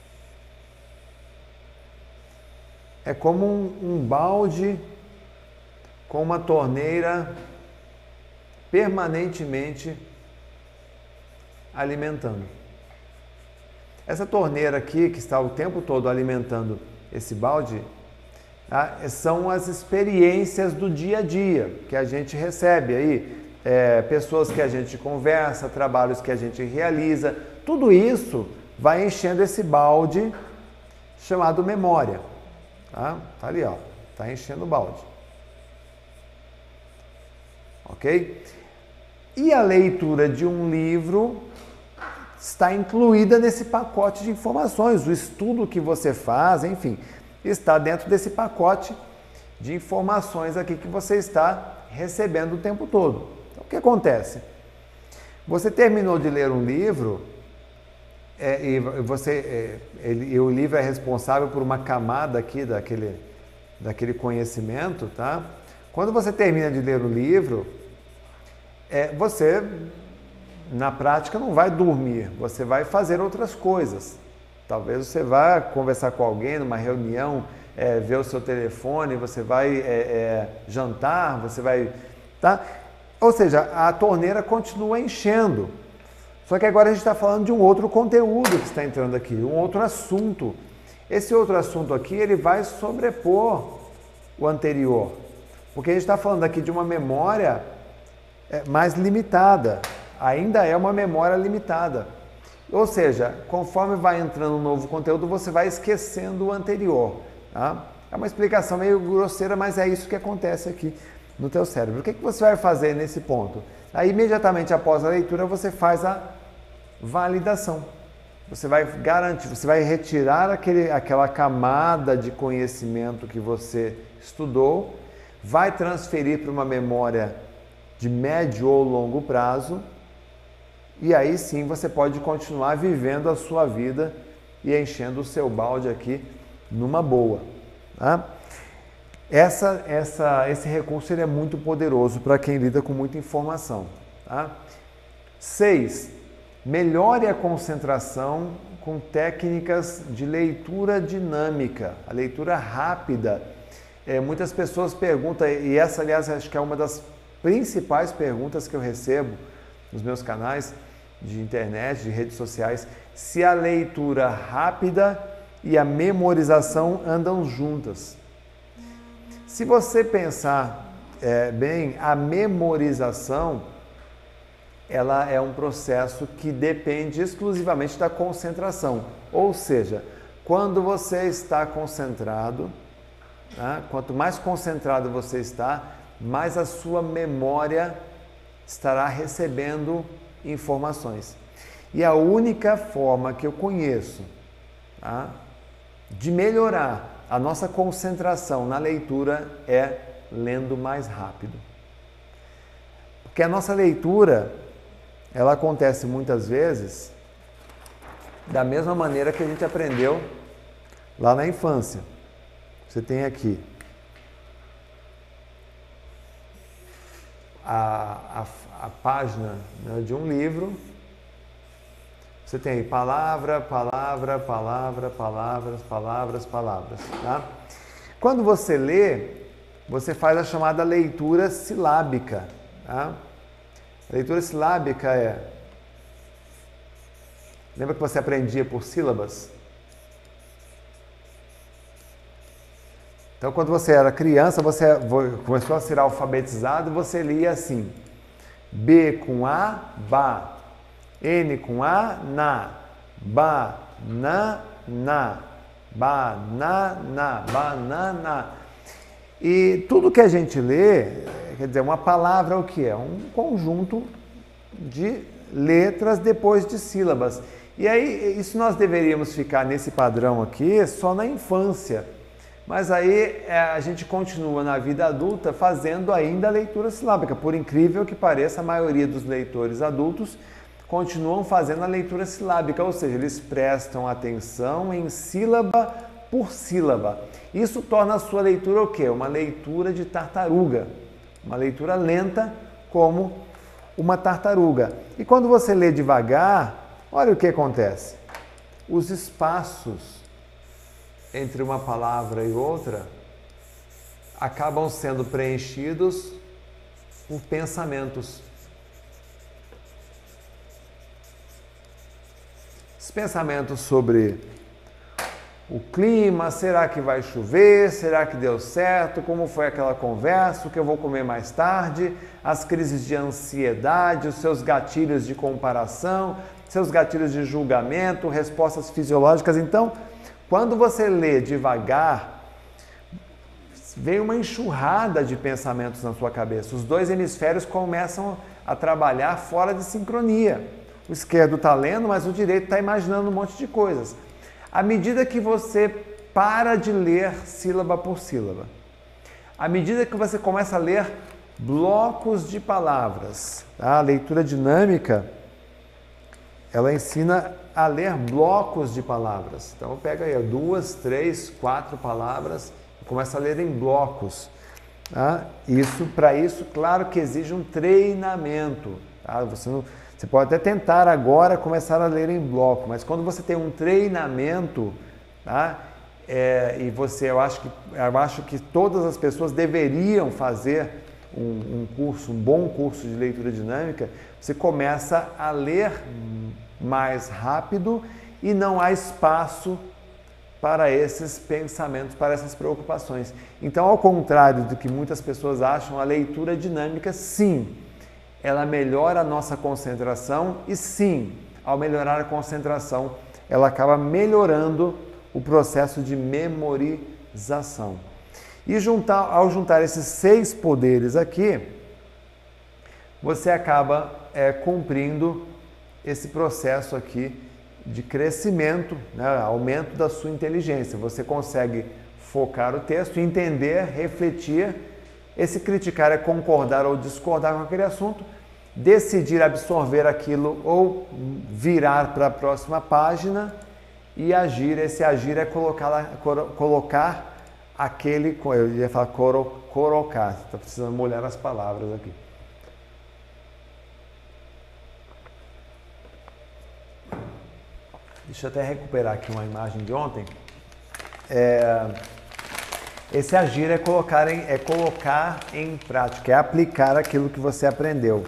é como um balde com uma torneira permanentemente alimentando. Essa torneira aqui, que está o tempo todo alimentando esse balde, são as experiências do dia a dia que a gente recebe aí, pessoas que a gente conversa, trabalhos que a gente realiza, tudo isso vai enchendo esse balde chamado memória. Tá ali, ó, tá enchendo o balde. Ok? E a leitura de um livro está incluída nesse pacote de informações. O estudo que você faz, enfim, está dentro desse pacote de informações aqui que você está recebendo o tempo todo. Então, o que acontece? Você terminou de ler um livro e o livro é responsável por uma camada aqui daquele conhecimento, tá? Quando você termina de ler o livro, você, na prática, não vai dormir, você vai fazer outras coisas. Talvez você vá conversar com alguém numa reunião, ver o seu telefone, você vai jantar, você vai... Tá? Ou seja, a torneira continua enchendo. Só que agora a gente está falando de um outro conteúdo que está entrando aqui, um outro assunto. Esse outro assunto aqui, ele vai sobrepor o anterior. Porque a gente está falando aqui de uma memória mais limitada. Ainda é uma memória limitada. Ou seja, conforme vai entrando um novo conteúdo, você vai esquecendo o anterior. Tá? É uma explicação meio grosseira, mas é isso que acontece aqui no teu cérebro. O que você vai fazer nesse ponto? Aí, imediatamente após a leitura, você faz a validação. Você vai garantir, você vai retirar aquela camada de conhecimento que você estudou, vai transferir para uma memória de médio ou longo prazo, e aí sim você pode continuar vivendo a sua vida e enchendo o seu balde aqui numa boa. Tá? Esse recurso ele é muito poderoso para quem lida com muita informação. Tá? 6. Melhore a concentração com técnicas de leitura dinâmica, a leitura rápida. Muitas pessoas perguntam, e essa, aliás, acho que é uma das principais perguntas que eu recebo nos meus canais de internet, de redes sociais, se a leitura rápida e a memorização andam juntas. Se você pensar bem, a memorização ela é um processo que depende exclusivamente da concentração. Ou seja, quando você está concentrado, tá? Quanto mais concentrado você está, mais a sua memória estará recebendo informações. E a única forma que eu conheço, tá, de melhorar a nossa concentração na leitura é lendo mais rápido. Porque a nossa leitura, ela acontece muitas vezes da mesma maneira que a gente aprendeu lá na infância. Você tem aqui a página, né, de um livro. Você tem aí palavra, palavra, palavra, palavras, palavras, palavras. Tá? Quando você lê, você faz a chamada leitura silábica. Tá? A leitura silábica lembra que você aprendia por sílabas? Então, quando você era criança, você começou a ser alfabetizado, você lia assim: B com A, ba. N com A, na. Ba, na, na. Banana, banana. E tudo que a gente lê, quer dizer, uma palavra é o que é? Um conjunto de letras depois de sílabas. E aí, isso nós deveríamos ficar nesse padrão aqui só na infância. Mas aí a gente continua na vida adulta fazendo ainda a leitura silábica. Por incrível que pareça, a maioria dos leitores adultos continuam fazendo a leitura silábica, ou seja, eles prestam atenção em sílaba por sílaba. Isso torna a sua leitura o quê? Uma leitura de tartaruga, uma leitura lenta como uma tartaruga. E quando você lê devagar, olha o que acontece. Os espaços entre uma palavra e outra acabam sendo preenchidos por pensamentos. Os pensamentos sobre o clima, será que vai chover, será que deu certo, como foi aquela conversa, o que eu vou comer mais tarde, as crises de ansiedade, os seus gatilhos de comparação, seus gatilhos de julgamento, respostas fisiológicas. Então, quando você lê devagar, vem uma enxurrada de pensamentos na sua cabeça. Os dois hemisférios começam a trabalhar fora de sincronia. O esquerdo está lendo, mas o direito está imaginando um monte de coisas. À medida que você para de ler sílaba por sílaba, à medida que você começa a ler blocos de palavras, tá? A leitura dinâmica, ela ensina a ler blocos de palavras. Então pega aí 2, 3, 4 palavras e começa a ler em blocos. Tá? Para isso, claro que exige um treinamento. Tá? Você pode até tentar agora começar a ler em bloco, mas quando você tem um treinamento, tá? Eu acho que todas as pessoas deveriam fazer um bom curso de leitura dinâmica, você começa a ler mais rápido e não há espaço para esses pensamentos, para essas preocupações. Então, ao contrário do que muitas pessoas acham, a leitura dinâmica, sim, ela melhora a nossa concentração e sim, ao melhorar a concentração, ela acaba melhorando o processo de memorização. E ao juntar esses 6 poderes aqui, você acaba cumprindo esse processo aqui de crescimento, né, aumento da sua inteligência. Você consegue focar o texto, entender, refletir. Esse criticar é concordar ou discordar com aquele assunto, decidir absorver aquilo ou virar para a próxima página e agir. Esse agir é colocar aquele, eu ia falar colocar, estou precisando molhar as palavras aqui. Deixa eu até recuperar aqui uma imagem de ontem. Esse agir é colocar em prática, é aplicar aquilo que você aprendeu.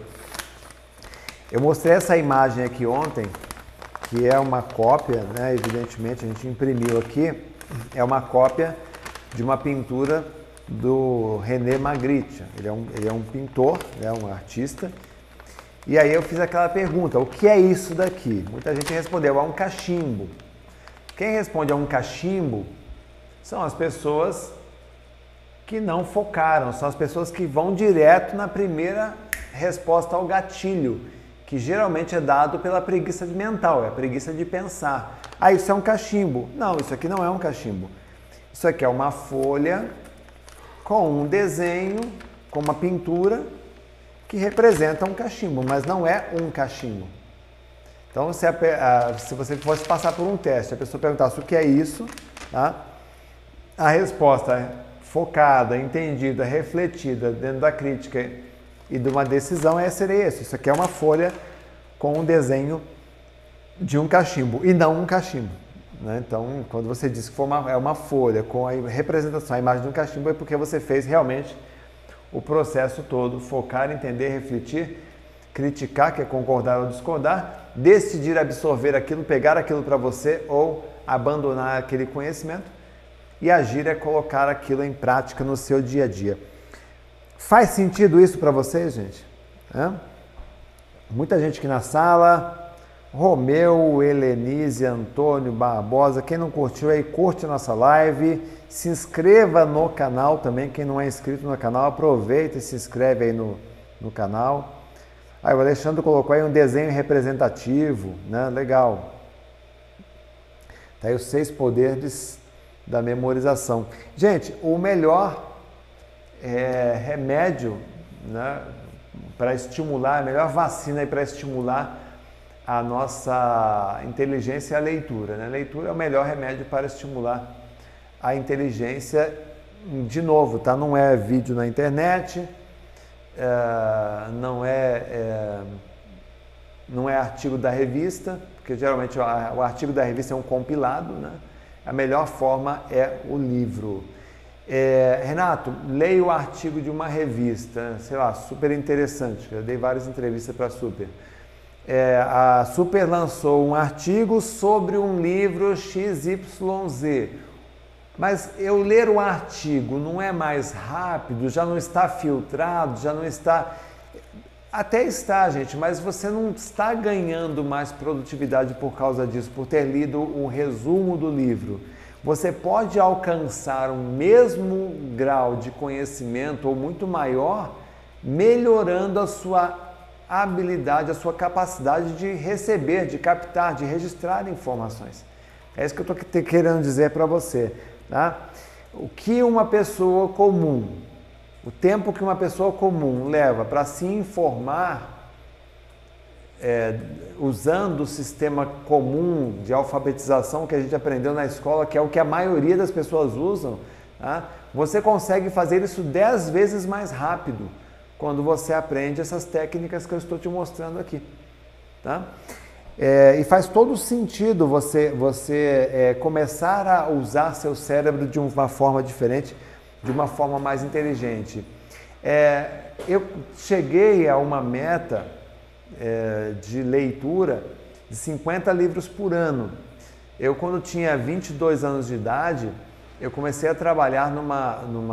Eu mostrei essa imagem aqui ontem, que é uma cópia, né? Evidentemente a gente imprimiu aqui, é uma cópia de uma pintura do René Magritte. Ele é um pintor, é um artista. E aí eu fiz aquela pergunta, o que é isso daqui? Muita gente respondeu, é um cachimbo. Quem responde a um cachimbo são as pessoas que não focaram, são as pessoas que vão direto na primeira resposta ao gatilho, que geralmente é dado pela preguiça mental, é a preguiça de pensar. Ah, isso é um cachimbo. Não, isso aqui não é um cachimbo. Isso aqui é uma folha com um desenho, com uma pintura, que representa um cachimbo, mas não é um cachimbo. Então, se você fosse passar por um teste, a pessoa perguntasse o que é isso, tá? A resposta focada, entendida, refletida dentro da crítica e de uma decisão seria isso. Isso aqui é uma folha com um desenho de um cachimbo e não um cachimbo, né? Então, quando você diz que é uma folha com a representação, a imagem de um cachimbo, é porque você fez realmente o processo todo, focar, entender, refletir, criticar, que é concordar ou discordar, decidir absorver aquilo, pegar aquilo para você ou abandonar aquele conhecimento, e agir é colocar aquilo em prática no seu dia a dia. Faz sentido isso para vocês, gente? Muita gente aqui na sala, Romeu, Helenise, Antônio, Barbosa, quem não curtiu aí, curte a nossa live, se inscreva no canal também, quem não é inscrito no canal, aproveita e se inscreve aí no canal. Aí o Alexandre colocou aí um desenho representativo, né? Legal. Tá aí os 6 poderes da memorização. Gente, o melhor remédio, né, para estimular, a melhor vacina para estimular a nossa inteligência é a leitura, né? A leitura é o melhor remédio para estimular a inteligência. De novo, tá? Não é vídeo na internet, não é artigo da revista, porque geralmente o artigo da revista é um compilado, né? A melhor forma é o livro. Renato, leia o artigo de uma revista, sei lá, super interessante. Eu dei várias entrevistas para a Super. A Super lançou um artigo sobre um livro XYZ. Mas eu ler o artigo não é mais rápido, já não está filtrado, já não está... Até está, gente, mas você não está ganhando mais produtividade por causa disso, por ter lido um resumo do livro. Você pode alcançar o mesmo grau de conhecimento ou muito maior, melhorando a sua habilidade, a sua capacidade de receber, de captar, de registrar informações. É isso que eu estou querendo dizer para você. Tá? O que uma pessoa comum, o tempo que uma pessoa comum leva para se informar, usando o sistema comum de alfabetização que a gente aprendeu na escola, que é o que a maioria das pessoas usam, tá? Você consegue fazer isso 10 vezes mais rápido quando você aprende essas técnicas que eu estou te mostrando aqui. Tá? E faz todo sentido você começar a usar seu cérebro de uma forma diferente, de uma forma mais inteligente. Eu cheguei a uma meta de leitura de 50 livros por ano. Eu, quando tinha 22 anos de idade, eu comecei a trabalhar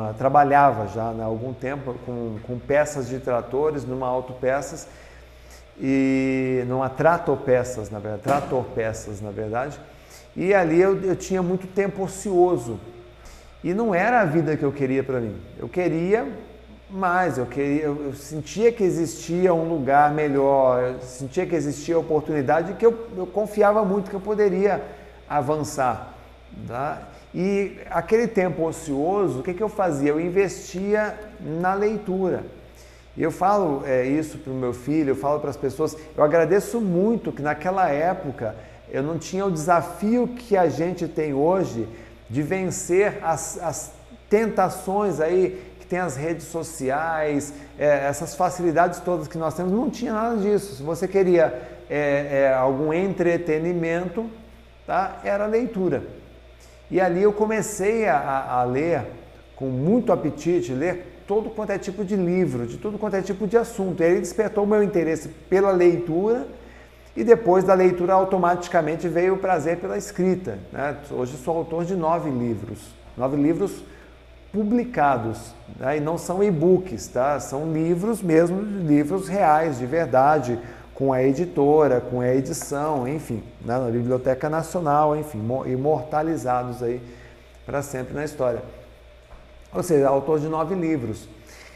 trabalhava já há algum tempo com peças de tratores, numa autopeças, e numa Tratopeças, na verdade, Tratorpeças, na verdade. E ali eu tinha muito tempo ocioso e não era a vida que eu queria para mim. Eu queria mais, eu sentia que existia um lugar melhor, eu sentia que existia oportunidade, que eu confiava muito que eu poderia avançar, tá? E aquele tempo ocioso, o que eu fazia? Eu investia na leitura. E eu falo isso para o meu filho, eu falo para as pessoas, eu agradeço muito que naquela época eu não tinha o desafio que a gente tem hoje de vencer as tentações aí, que tem as redes sociais, essas facilidades todas que nós temos, não tinha nada disso. Se você queria algum entretenimento, tá? Era leitura. E ali eu comecei a ler com muito apetite, ler todo quanto é tipo de livro, de tudo quanto é tipo de assunto. E aí despertou o meu interesse pela leitura e depois da leitura automaticamente veio o prazer pela escrita, né? Hoje sou autor de 9 livros publicados, né? E não são e-books, tá? São livros mesmo, livros reais, de verdade, com a editora, com a edição, enfim, né? Na Biblioteca Nacional, enfim, imortalizados aí para sempre na história. Ou seja, autor de 9 livros.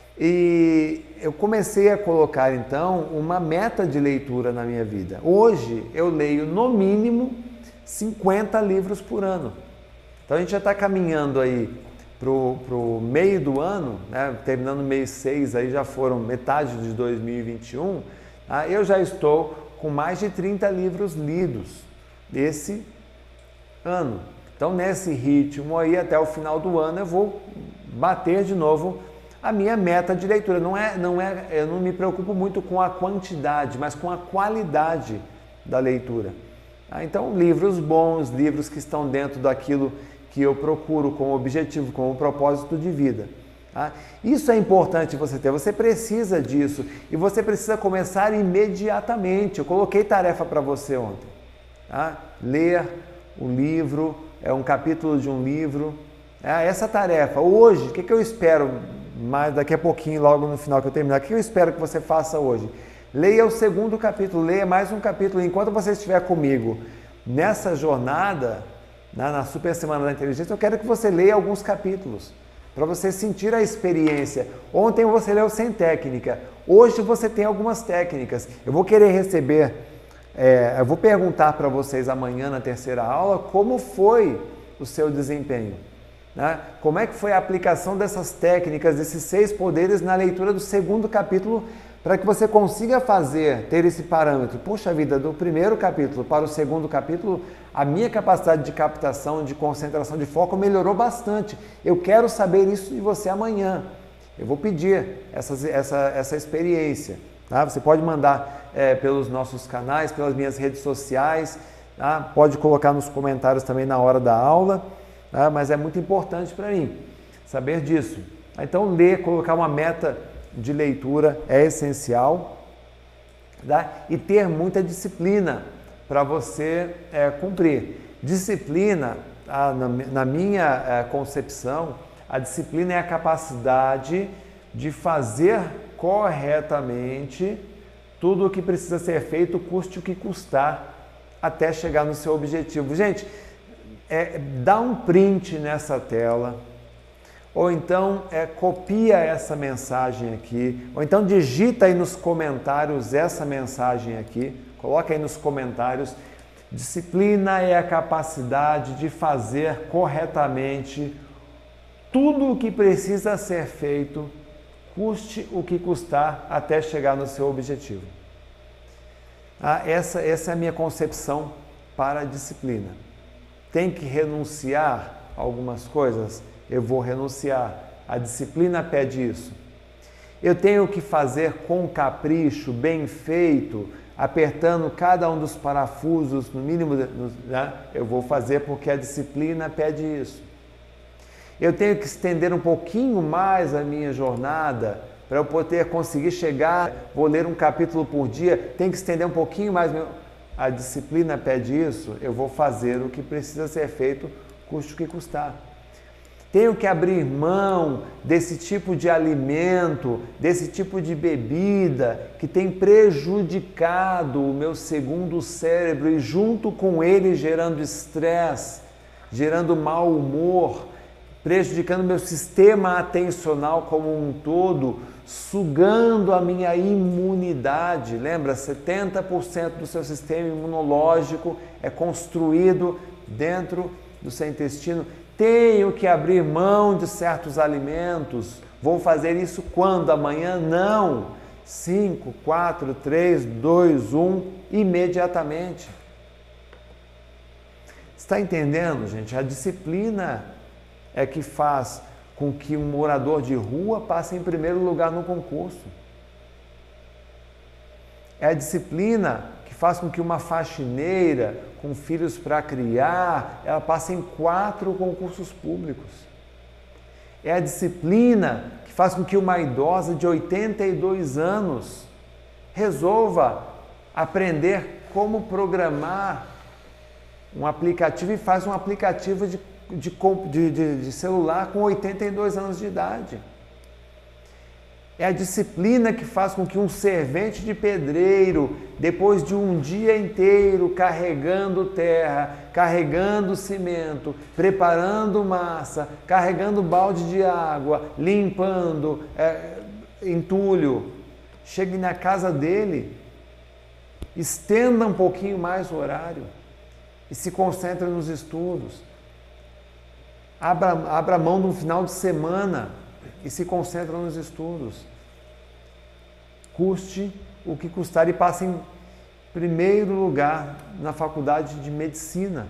E eu comecei a colocar então uma meta de leitura na minha vida. Hoje eu leio no mínimo 50 livros por ano. Então a gente já está caminhando aí para o meio do ano, né? Terminando o mês 6, aí já foram metade de 2021, tá? Eu já estou com mais de 30 livros lidos esse ano. Então nesse ritmo aí até o final do ano eu vou bater de novo a minha meta de leitura. Eu não me preocupo muito com a quantidade, mas com a qualidade da leitura. Então, livros bons, livros que estão dentro daquilo que eu procuro como objetivo, como propósito de vida. Isso é importante você ter, você precisa disso e você precisa começar imediatamente. Eu coloquei tarefa para você ontem. Ler um livro, um capítulo de um livro. Essa tarefa, hoje, o que eu espero, mais daqui a pouquinho, logo no final que eu terminar, o que eu espero que você faça hoje? Leia o segundo capítulo, leia mais um capítulo. Enquanto você estiver comigo nessa jornada, na Super Semana da Inteligência, eu quero que você leia alguns capítulos, para você sentir a experiência. Ontem você leu sem técnica, hoje você tem algumas técnicas. Eu vou querer receber, eu vou perguntar para vocês amanhã na terceira aula como foi o seu desempenho. Como é que foi a aplicação dessas técnicas, desses 6 poderes na leitura do segundo capítulo, para que você consiga ter esse parâmetro. Poxa vida, do primeiro capítulo para o segundo capítulo, a minha capacidade de captação, de concentração, de foco melhorou bastante. Eu quero saber isso de você amanhã. Eu vou pedir essa experiência. Tá? Você pode mandar pelos nossos canais, pelas minhas redes sociais, tá? Pode colocar nos comentários também na hora da aula. Mas é muito importante para mim saber disso. Então, ler, colocar uma meta de leitura é essencial, tá? E ter muita disciplina para você cumprir. Disciplina, na minha concepção, a disciplina é a capacidade de fazer corretamente tudo o que precisa ser feito, custe o que custar, até chegar no seu objetivo. Gente, dá um print nessa tela, ou então copia essa mensagem aqui, ou então digita aí nos comentários essa mensagem aqui, coloca aí nos comentários. Disciplina é a capacidade de fazer corretamente tudo o que precisa ser feito, custe o que custar, até chegar no seu objetivo. Essa é a minha concepção para a disciplina. Tem que renunciar a algumas coisas? Eu vou renunciar. A disciplina pede isso. Eu tenho que fazer com capricho, bem feito, apertando cada um dos parafusos, no mínimo, né? Eu vou fazer porque a disciplina pede isso. Eu tenho que estender um pouquinho mais a minha jornada para eu poder conseguir chegar, vou ler um capítulo por dia, tem que estender um pouquinho mais. A disciplina pede isso, eu vou fazer o que precisa ser feito, custe o que custar. Tenho que abrir mão desse tipo de alimento, desse tipo de bebida que tem prejudicado o meu segundo cérebro e junto com ele gerando estresse, gerando mau humor, prejudicando meu sistema atencional como um todo, sugando a minha imunidade. Lembra, 70% do seu sistema imunológico é construído dentro do seu intestino. Tenho que abrir mão de certos alimentos. Vou fazer isso quando? Amanhã? Não. 5, 4, 3, 2, 1, imediatamente. Está entendendo, gente? A disciplina é que faz com que um morador de rua passe em primeiro lugar no concurso. É a disciplina que faz com que uma faxineira com filhos para criar, ela passe em 4 concursos públicos. É a disciplina que faz com que uma idosa de 82 anos resolva aprender como programar um aplicativo e faz um aplicativo de celular com 82 anos de idade. É a disciplina que faz com que um servente de pedreiro, depois de um dia inteiro carregando terra, carregando cimento, preparando massa, carregando balde de água, limpando entulho, chegue na casa dele, estenda um pouquinho mais o horário e se concentre nos estudos. Abra mão de um final de semana e se concentra nos estudos. Custe o que custar e passe em primeiro lugar na faculdade de medicina.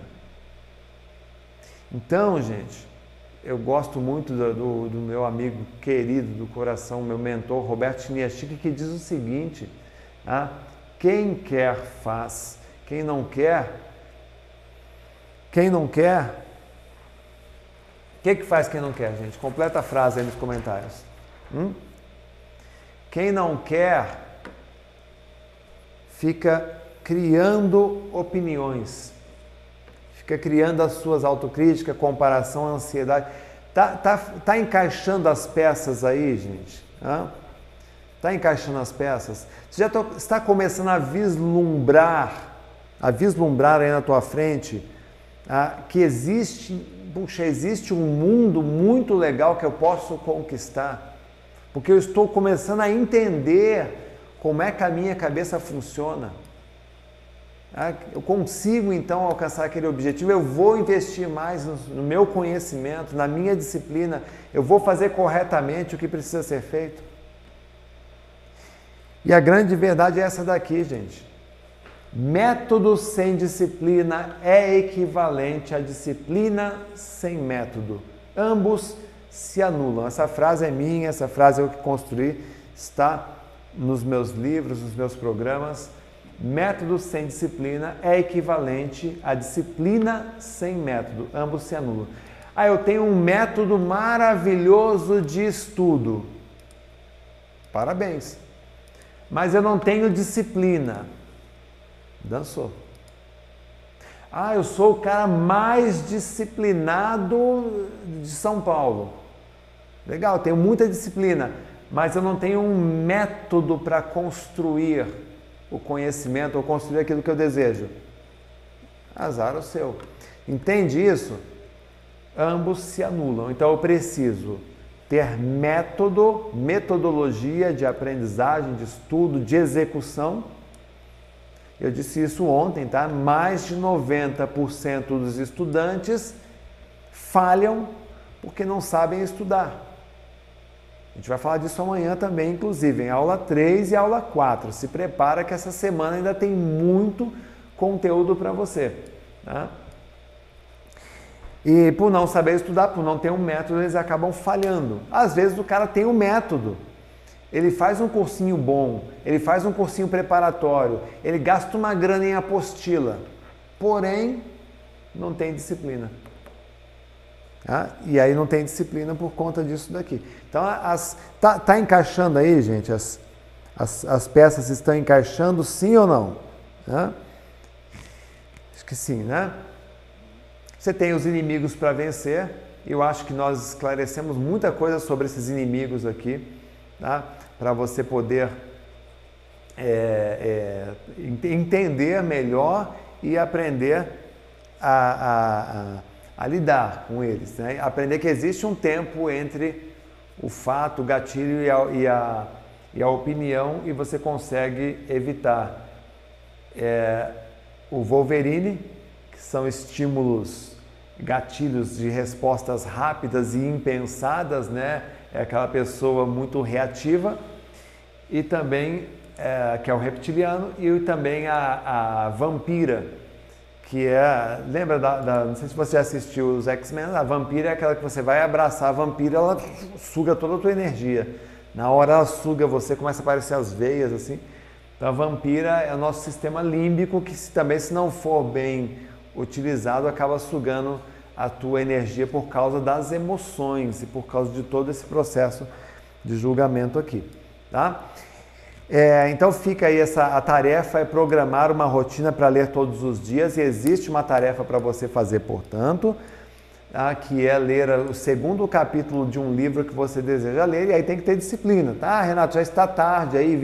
Então, gente, eu gosto muito do meu amigo querido do coração, meu mentor, Roberto Chiniachik, que diz o seguinte: quem quer faz, quem não quer, o que faz quem não quer, gente? Completa a frase aí nos comentários. Quem não quer fica criando opiniões, fica criando as suas autocríticas, comparação, ansiedade. Tá encaixando as peças aí, gente? Está encaixando as peças? Você já está começando a vislumbrar aí na tua frente que existe um mundo muito legal que eu posso conquistar. Porque eu estou começando a entender como é que a minha cabeça funciona. Eu consigo então alcançar aquele objetivo, eu vou investir mais no meu conhecimento, na minha disciplina, eu vou fazer corretamente o que precisa ser feito. E a grande verdade é essa daqui, gente. Método sem disciplina é equivalente a disciplina sem método. Ambos se anulam. Essa frase é minha, essa frase eu que construí, está nos meus livros, nos meus programas. Método sem disciplina é equivalente a disciplina sem método. Ambos se anulam. Eu tenho um método maravilhoso de estudo. Parabéns. Mas eu não tenho disciplina. Dançou. Eu sou o cara mais disciplinado de São Paulo. Legal, tenho muita disciplina, mas eu não tenho um método para construir o conhecimento ou construir aquilo que eu desejo. Azar o seu. Entende isso? Ambos se anulam. Então eu preciso ter metodologia de aprendizagem, de estudo, de execução. Eu disse isso ontem, tá? Mais de 90% dos estudantes falham porque não sabem estudar. A gente vai falar disso amanhã também, inclusive, em aula 3 e aula 4. Se prepara que essa semana ainda tem muito conteúdo para você. Tá? E por não saber estudar, por não ter um método, eles acabam falhando. Às vezes o cara tem um método. Ele faz um cursinho bom, ele faz um cursinho preparatório, ele gasta uma grana em apostila, porém não tem disciplina. E aí não tem disciplina por conta disso daqui. Então, tá encaixando aí, gente? As peças estão encaixando, sim ou não? Acho que sim, né? Você tem os inimigos para vencer, Eu acho que nós esclarecemos muita coisa sobre esses inimigos aqui, tá? Para você poder entender melhor e aprender a lidar com eles, né? Aprender que existe um tempo entre o fato, o gatilho e a opinião, e você consegue evitar o Wolverine, que são estímulos, gatilhos de respostas rápidas e impensadas, né? É aquela pessoa muito reativa, e também que é o reptiliano, e também a vampira, que lembra não sei se você já assistiu os X-Men, a vampira é aquela que você vai abraçar a vampira, ela suga toda a tua energia. Na hora ela suga você, começa a aparecer as veias, assim. Então a vampira é o nosso sistema límbico, que também, se não for bem utilizado, acaba sugando a tua energia por causa das emoções e por causa de todo esse processo de julgamento aqui, tá? Então fica aí a tarefa, é programar uma rotina para ler todos os dias, e existe uma tarefa para você fazer, portanto, que é ler o segundo capítulo de um livro que você deseja ler, e aí tem que ter disciplina, tá? Renato, já está tarde aí,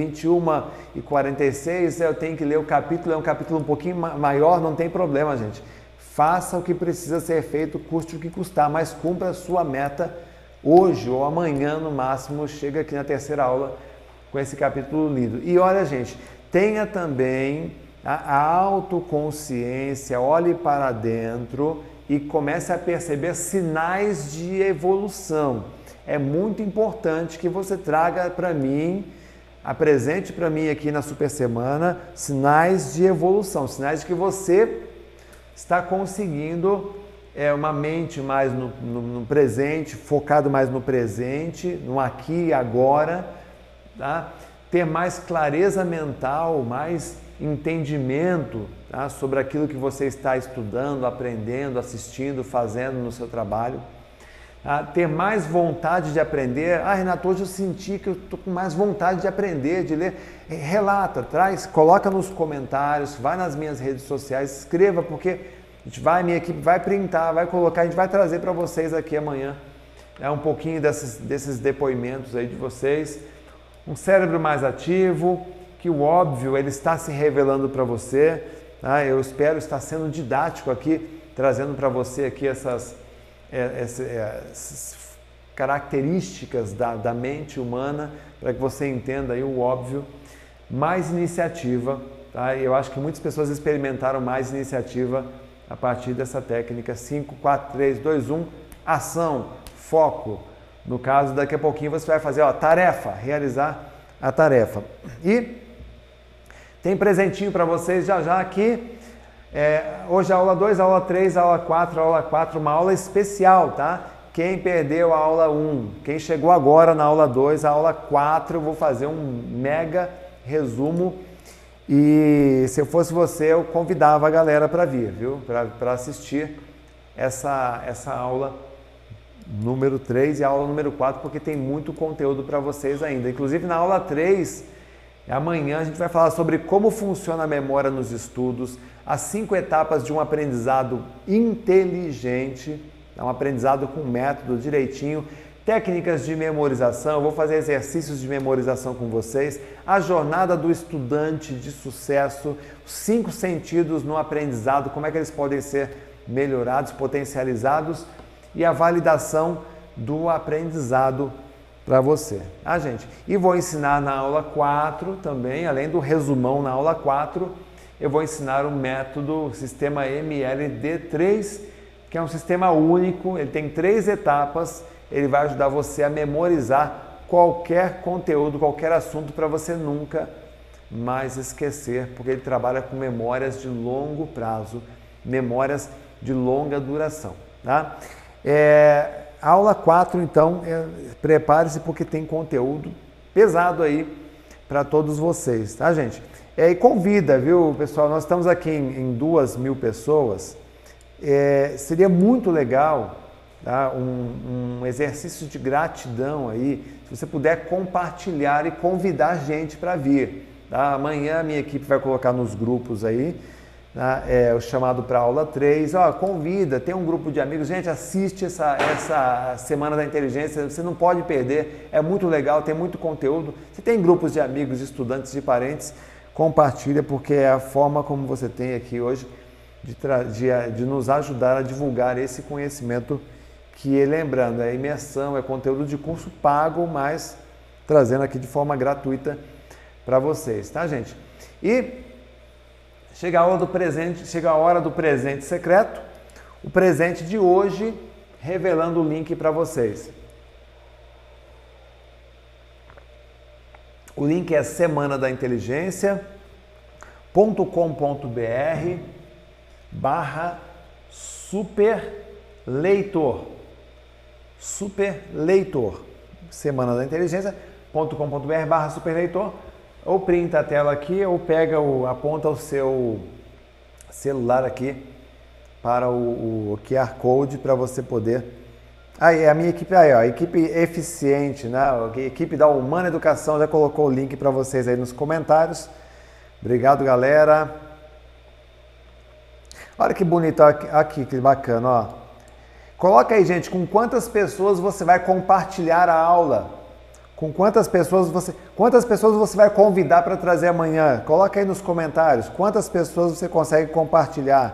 21h46, eu tenho que ler o capítulo, é um capítulo um pouquinho maior, não tem problema, gente. Faça o que precisa ser feito, custe o que custar, mas cumpra a sua meta hoje ou amanhã no máximo, chega aqui na terceira aula com esse capítulo lido. E olha, gente, tenha também a autoconsciência, olhe para dentro e comece a perceber sinais de evolução. É muito importante que você traga para mim, apresente para mim aqui na Super Semana, sinais de evolução, sinais de que você está conseguindo uma mente mais no presente, focado mais no presente, no aqui e agora, tá? Ter mais clareza mental, mais entendimento, tá? Sobre aquilo que você está estudando, aprendendo, assistindo, fazendo no seu trabalho. Tá? Ter mais vontade de aprender. Renato, hoje eu senti que eu estou com mais vontade de aprender, de ler. Relata, coloca nos comentários, vai nas minhas redes sociais, escreva, porque minha equipe vai printar, vai colocar, a gente vai trazer para vocês aqui amanhã um pouquinho desses depoimentos aí de vocês. Um cérebro mais ativo, que o óbvio ele está se revelando para você, tá? Eu espero estar sendo didático aqui, trazendo para você aqui essas características da mente humana, para que você entenda aí o óbvio. Mais iniciativa, tá? Eu acho que muitas pessoas experimentaram mais iniciativa a partir dessa técnica 5, 4, 3, 2, 1, ação, foco. No caso, daqui a pouquinho você vai fazer tarefa, realizar a tarefa. E tem presentinho para vocês já aqui. Hoje a aula 2, aula 3, aula 4, uma aula especial, tá? Quem perdeu a aula 1, quem chegou agora na aula 2, a aula 4, eu vou fazer um mega resumo. E se eu fosse você, eu convidava a galera para vir, viu? Para assistir essa aula número 3 e a aula número 4, porque tem muito conteúdo para vocês ainda. Inclusive na aula 3, amanhã a gente vai falar sobre como funciona a memória nos estudos, as 5 etapas de um aprendizado inteligente, um aprendizado com método direitinho, técnicas de memorização, eu vou fazer exercícios de memorização com vocês, a jornada do estudante de sucesso, os 5 sentidos no aprendizado, como é que eles podem ser melhorados, potencializados, e a validação do aprendizado para você, tá, gente? E vou ensinar na aula 4 também, além do resumão na aula 4, eu vou ensinar o método, o sistema MLD3, que é um sistema único, ele tem 3 etapas, ele vai ajudar você a memorizar qualquer conteúdo, qualquer assunto, para você nunca mais esquecer, porque ele trabalha com memórias de longo prazo, memórias de longa duração, tá? Aula 4, então, prepare-se porque tem conteúdo pesado aí para todos vocês, tá, gente? E convida, viu, pessoal? Nós estamos aqui em 2.000 pessoas. Seria muito legal, tá? Um exercício de gratidão aí, se você puder compartilhar e convidar gente para vir, tá? Amanhã a minha equipe vai colocar nos grupos aí, Tá? O chamado para aula 3, convida, tem um grupo de amigos, gente, assiste essa Semana da Inteligência, você não pode perder, é muito legal, tem muito conteúdo. Se tem grupos de amigos, estudantes e parentes, compartilha, porque é a forma como você tem aqui hoje de nos ajudar a divulgar esse conhecimento que, lembrando, é imersão, é conteúdo de curso pago, mas trazendo aqui de forma gratuita para vocês, tá, gente? E chega a hora do presente secreto, o presente de hoje, revelando o link para vocês. O link é semanadainteligência.com.br/superleitor. Superleitor. semanadainteligência.com.br/superleitor. Ou printa a tela aqui, ou aponta o seu celular aqui para o QR Code para você poder... Aí, a minha equipe aí, ó, equipe eficiente, né? A equipe da Humana Educação já colocou o link para vocês aí nos comentários. Obrigado, galera. Olha que bonito aqui, que bacana, ó. Coloca aí, gente, com quantas pessoas você vai compartilhar a aula. Com quantas pessoas você vai convidar para trazer amanhã? Coloca aí nos comentários. Quantas pessoas você consegue compartilhar?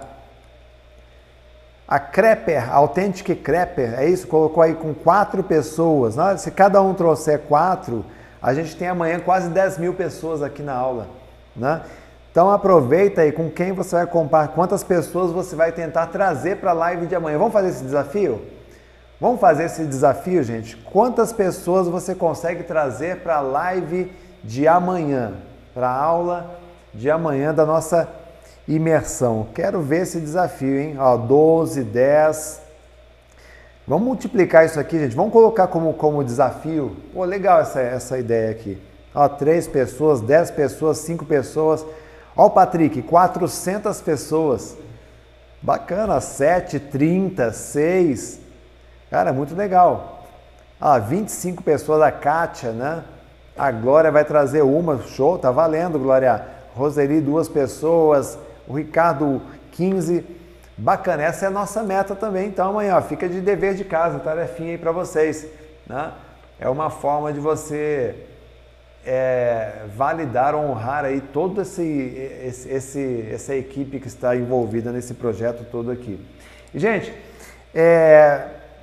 A Crepper, a Authentic Crepper, é isso? Colocou aí com 4 pessoas. Né? Se cada um trouxer 4, a gente tem amanhã quase 10 mil pessoas aqui na aula. Né? Então aproveita aí com quem você vai compartilhar, quantas pessoas você vai tentar trazer para a live de amanhã. Vamos fazer esse desafio? Vamos fazer esse desafio, gente? Quantas pessoas você consegue trazer para a live de amanhã? Para a aula de amanhã da nossa imersão. Quero ver esse desafio, hein? 12, 10. Vamos multiplicar isso aqui, gente. Vamos colocar como desafio. Pô, legal essa ideia aqui. 3 pessoas, 10 pessoas, 5 pessoas. Ó, o Patrick, 400 pessoas. Bacana, 7, 30, 6. Cara, muito legal. 25 pessoas, a Kátia, né? A Glória vai trazer uma, show, tá valendo, Glória. Roseli, 2 pessoas. O Ricardo, 15. Bacana, essa é a nossa meta também. Então amanhã, fica de dever de casa, tarefinha aí para vocês. Né? É uma forma de você validar, honrar aí toda essa equipe que está envolvida nesse projeto todo aqui. E, gente,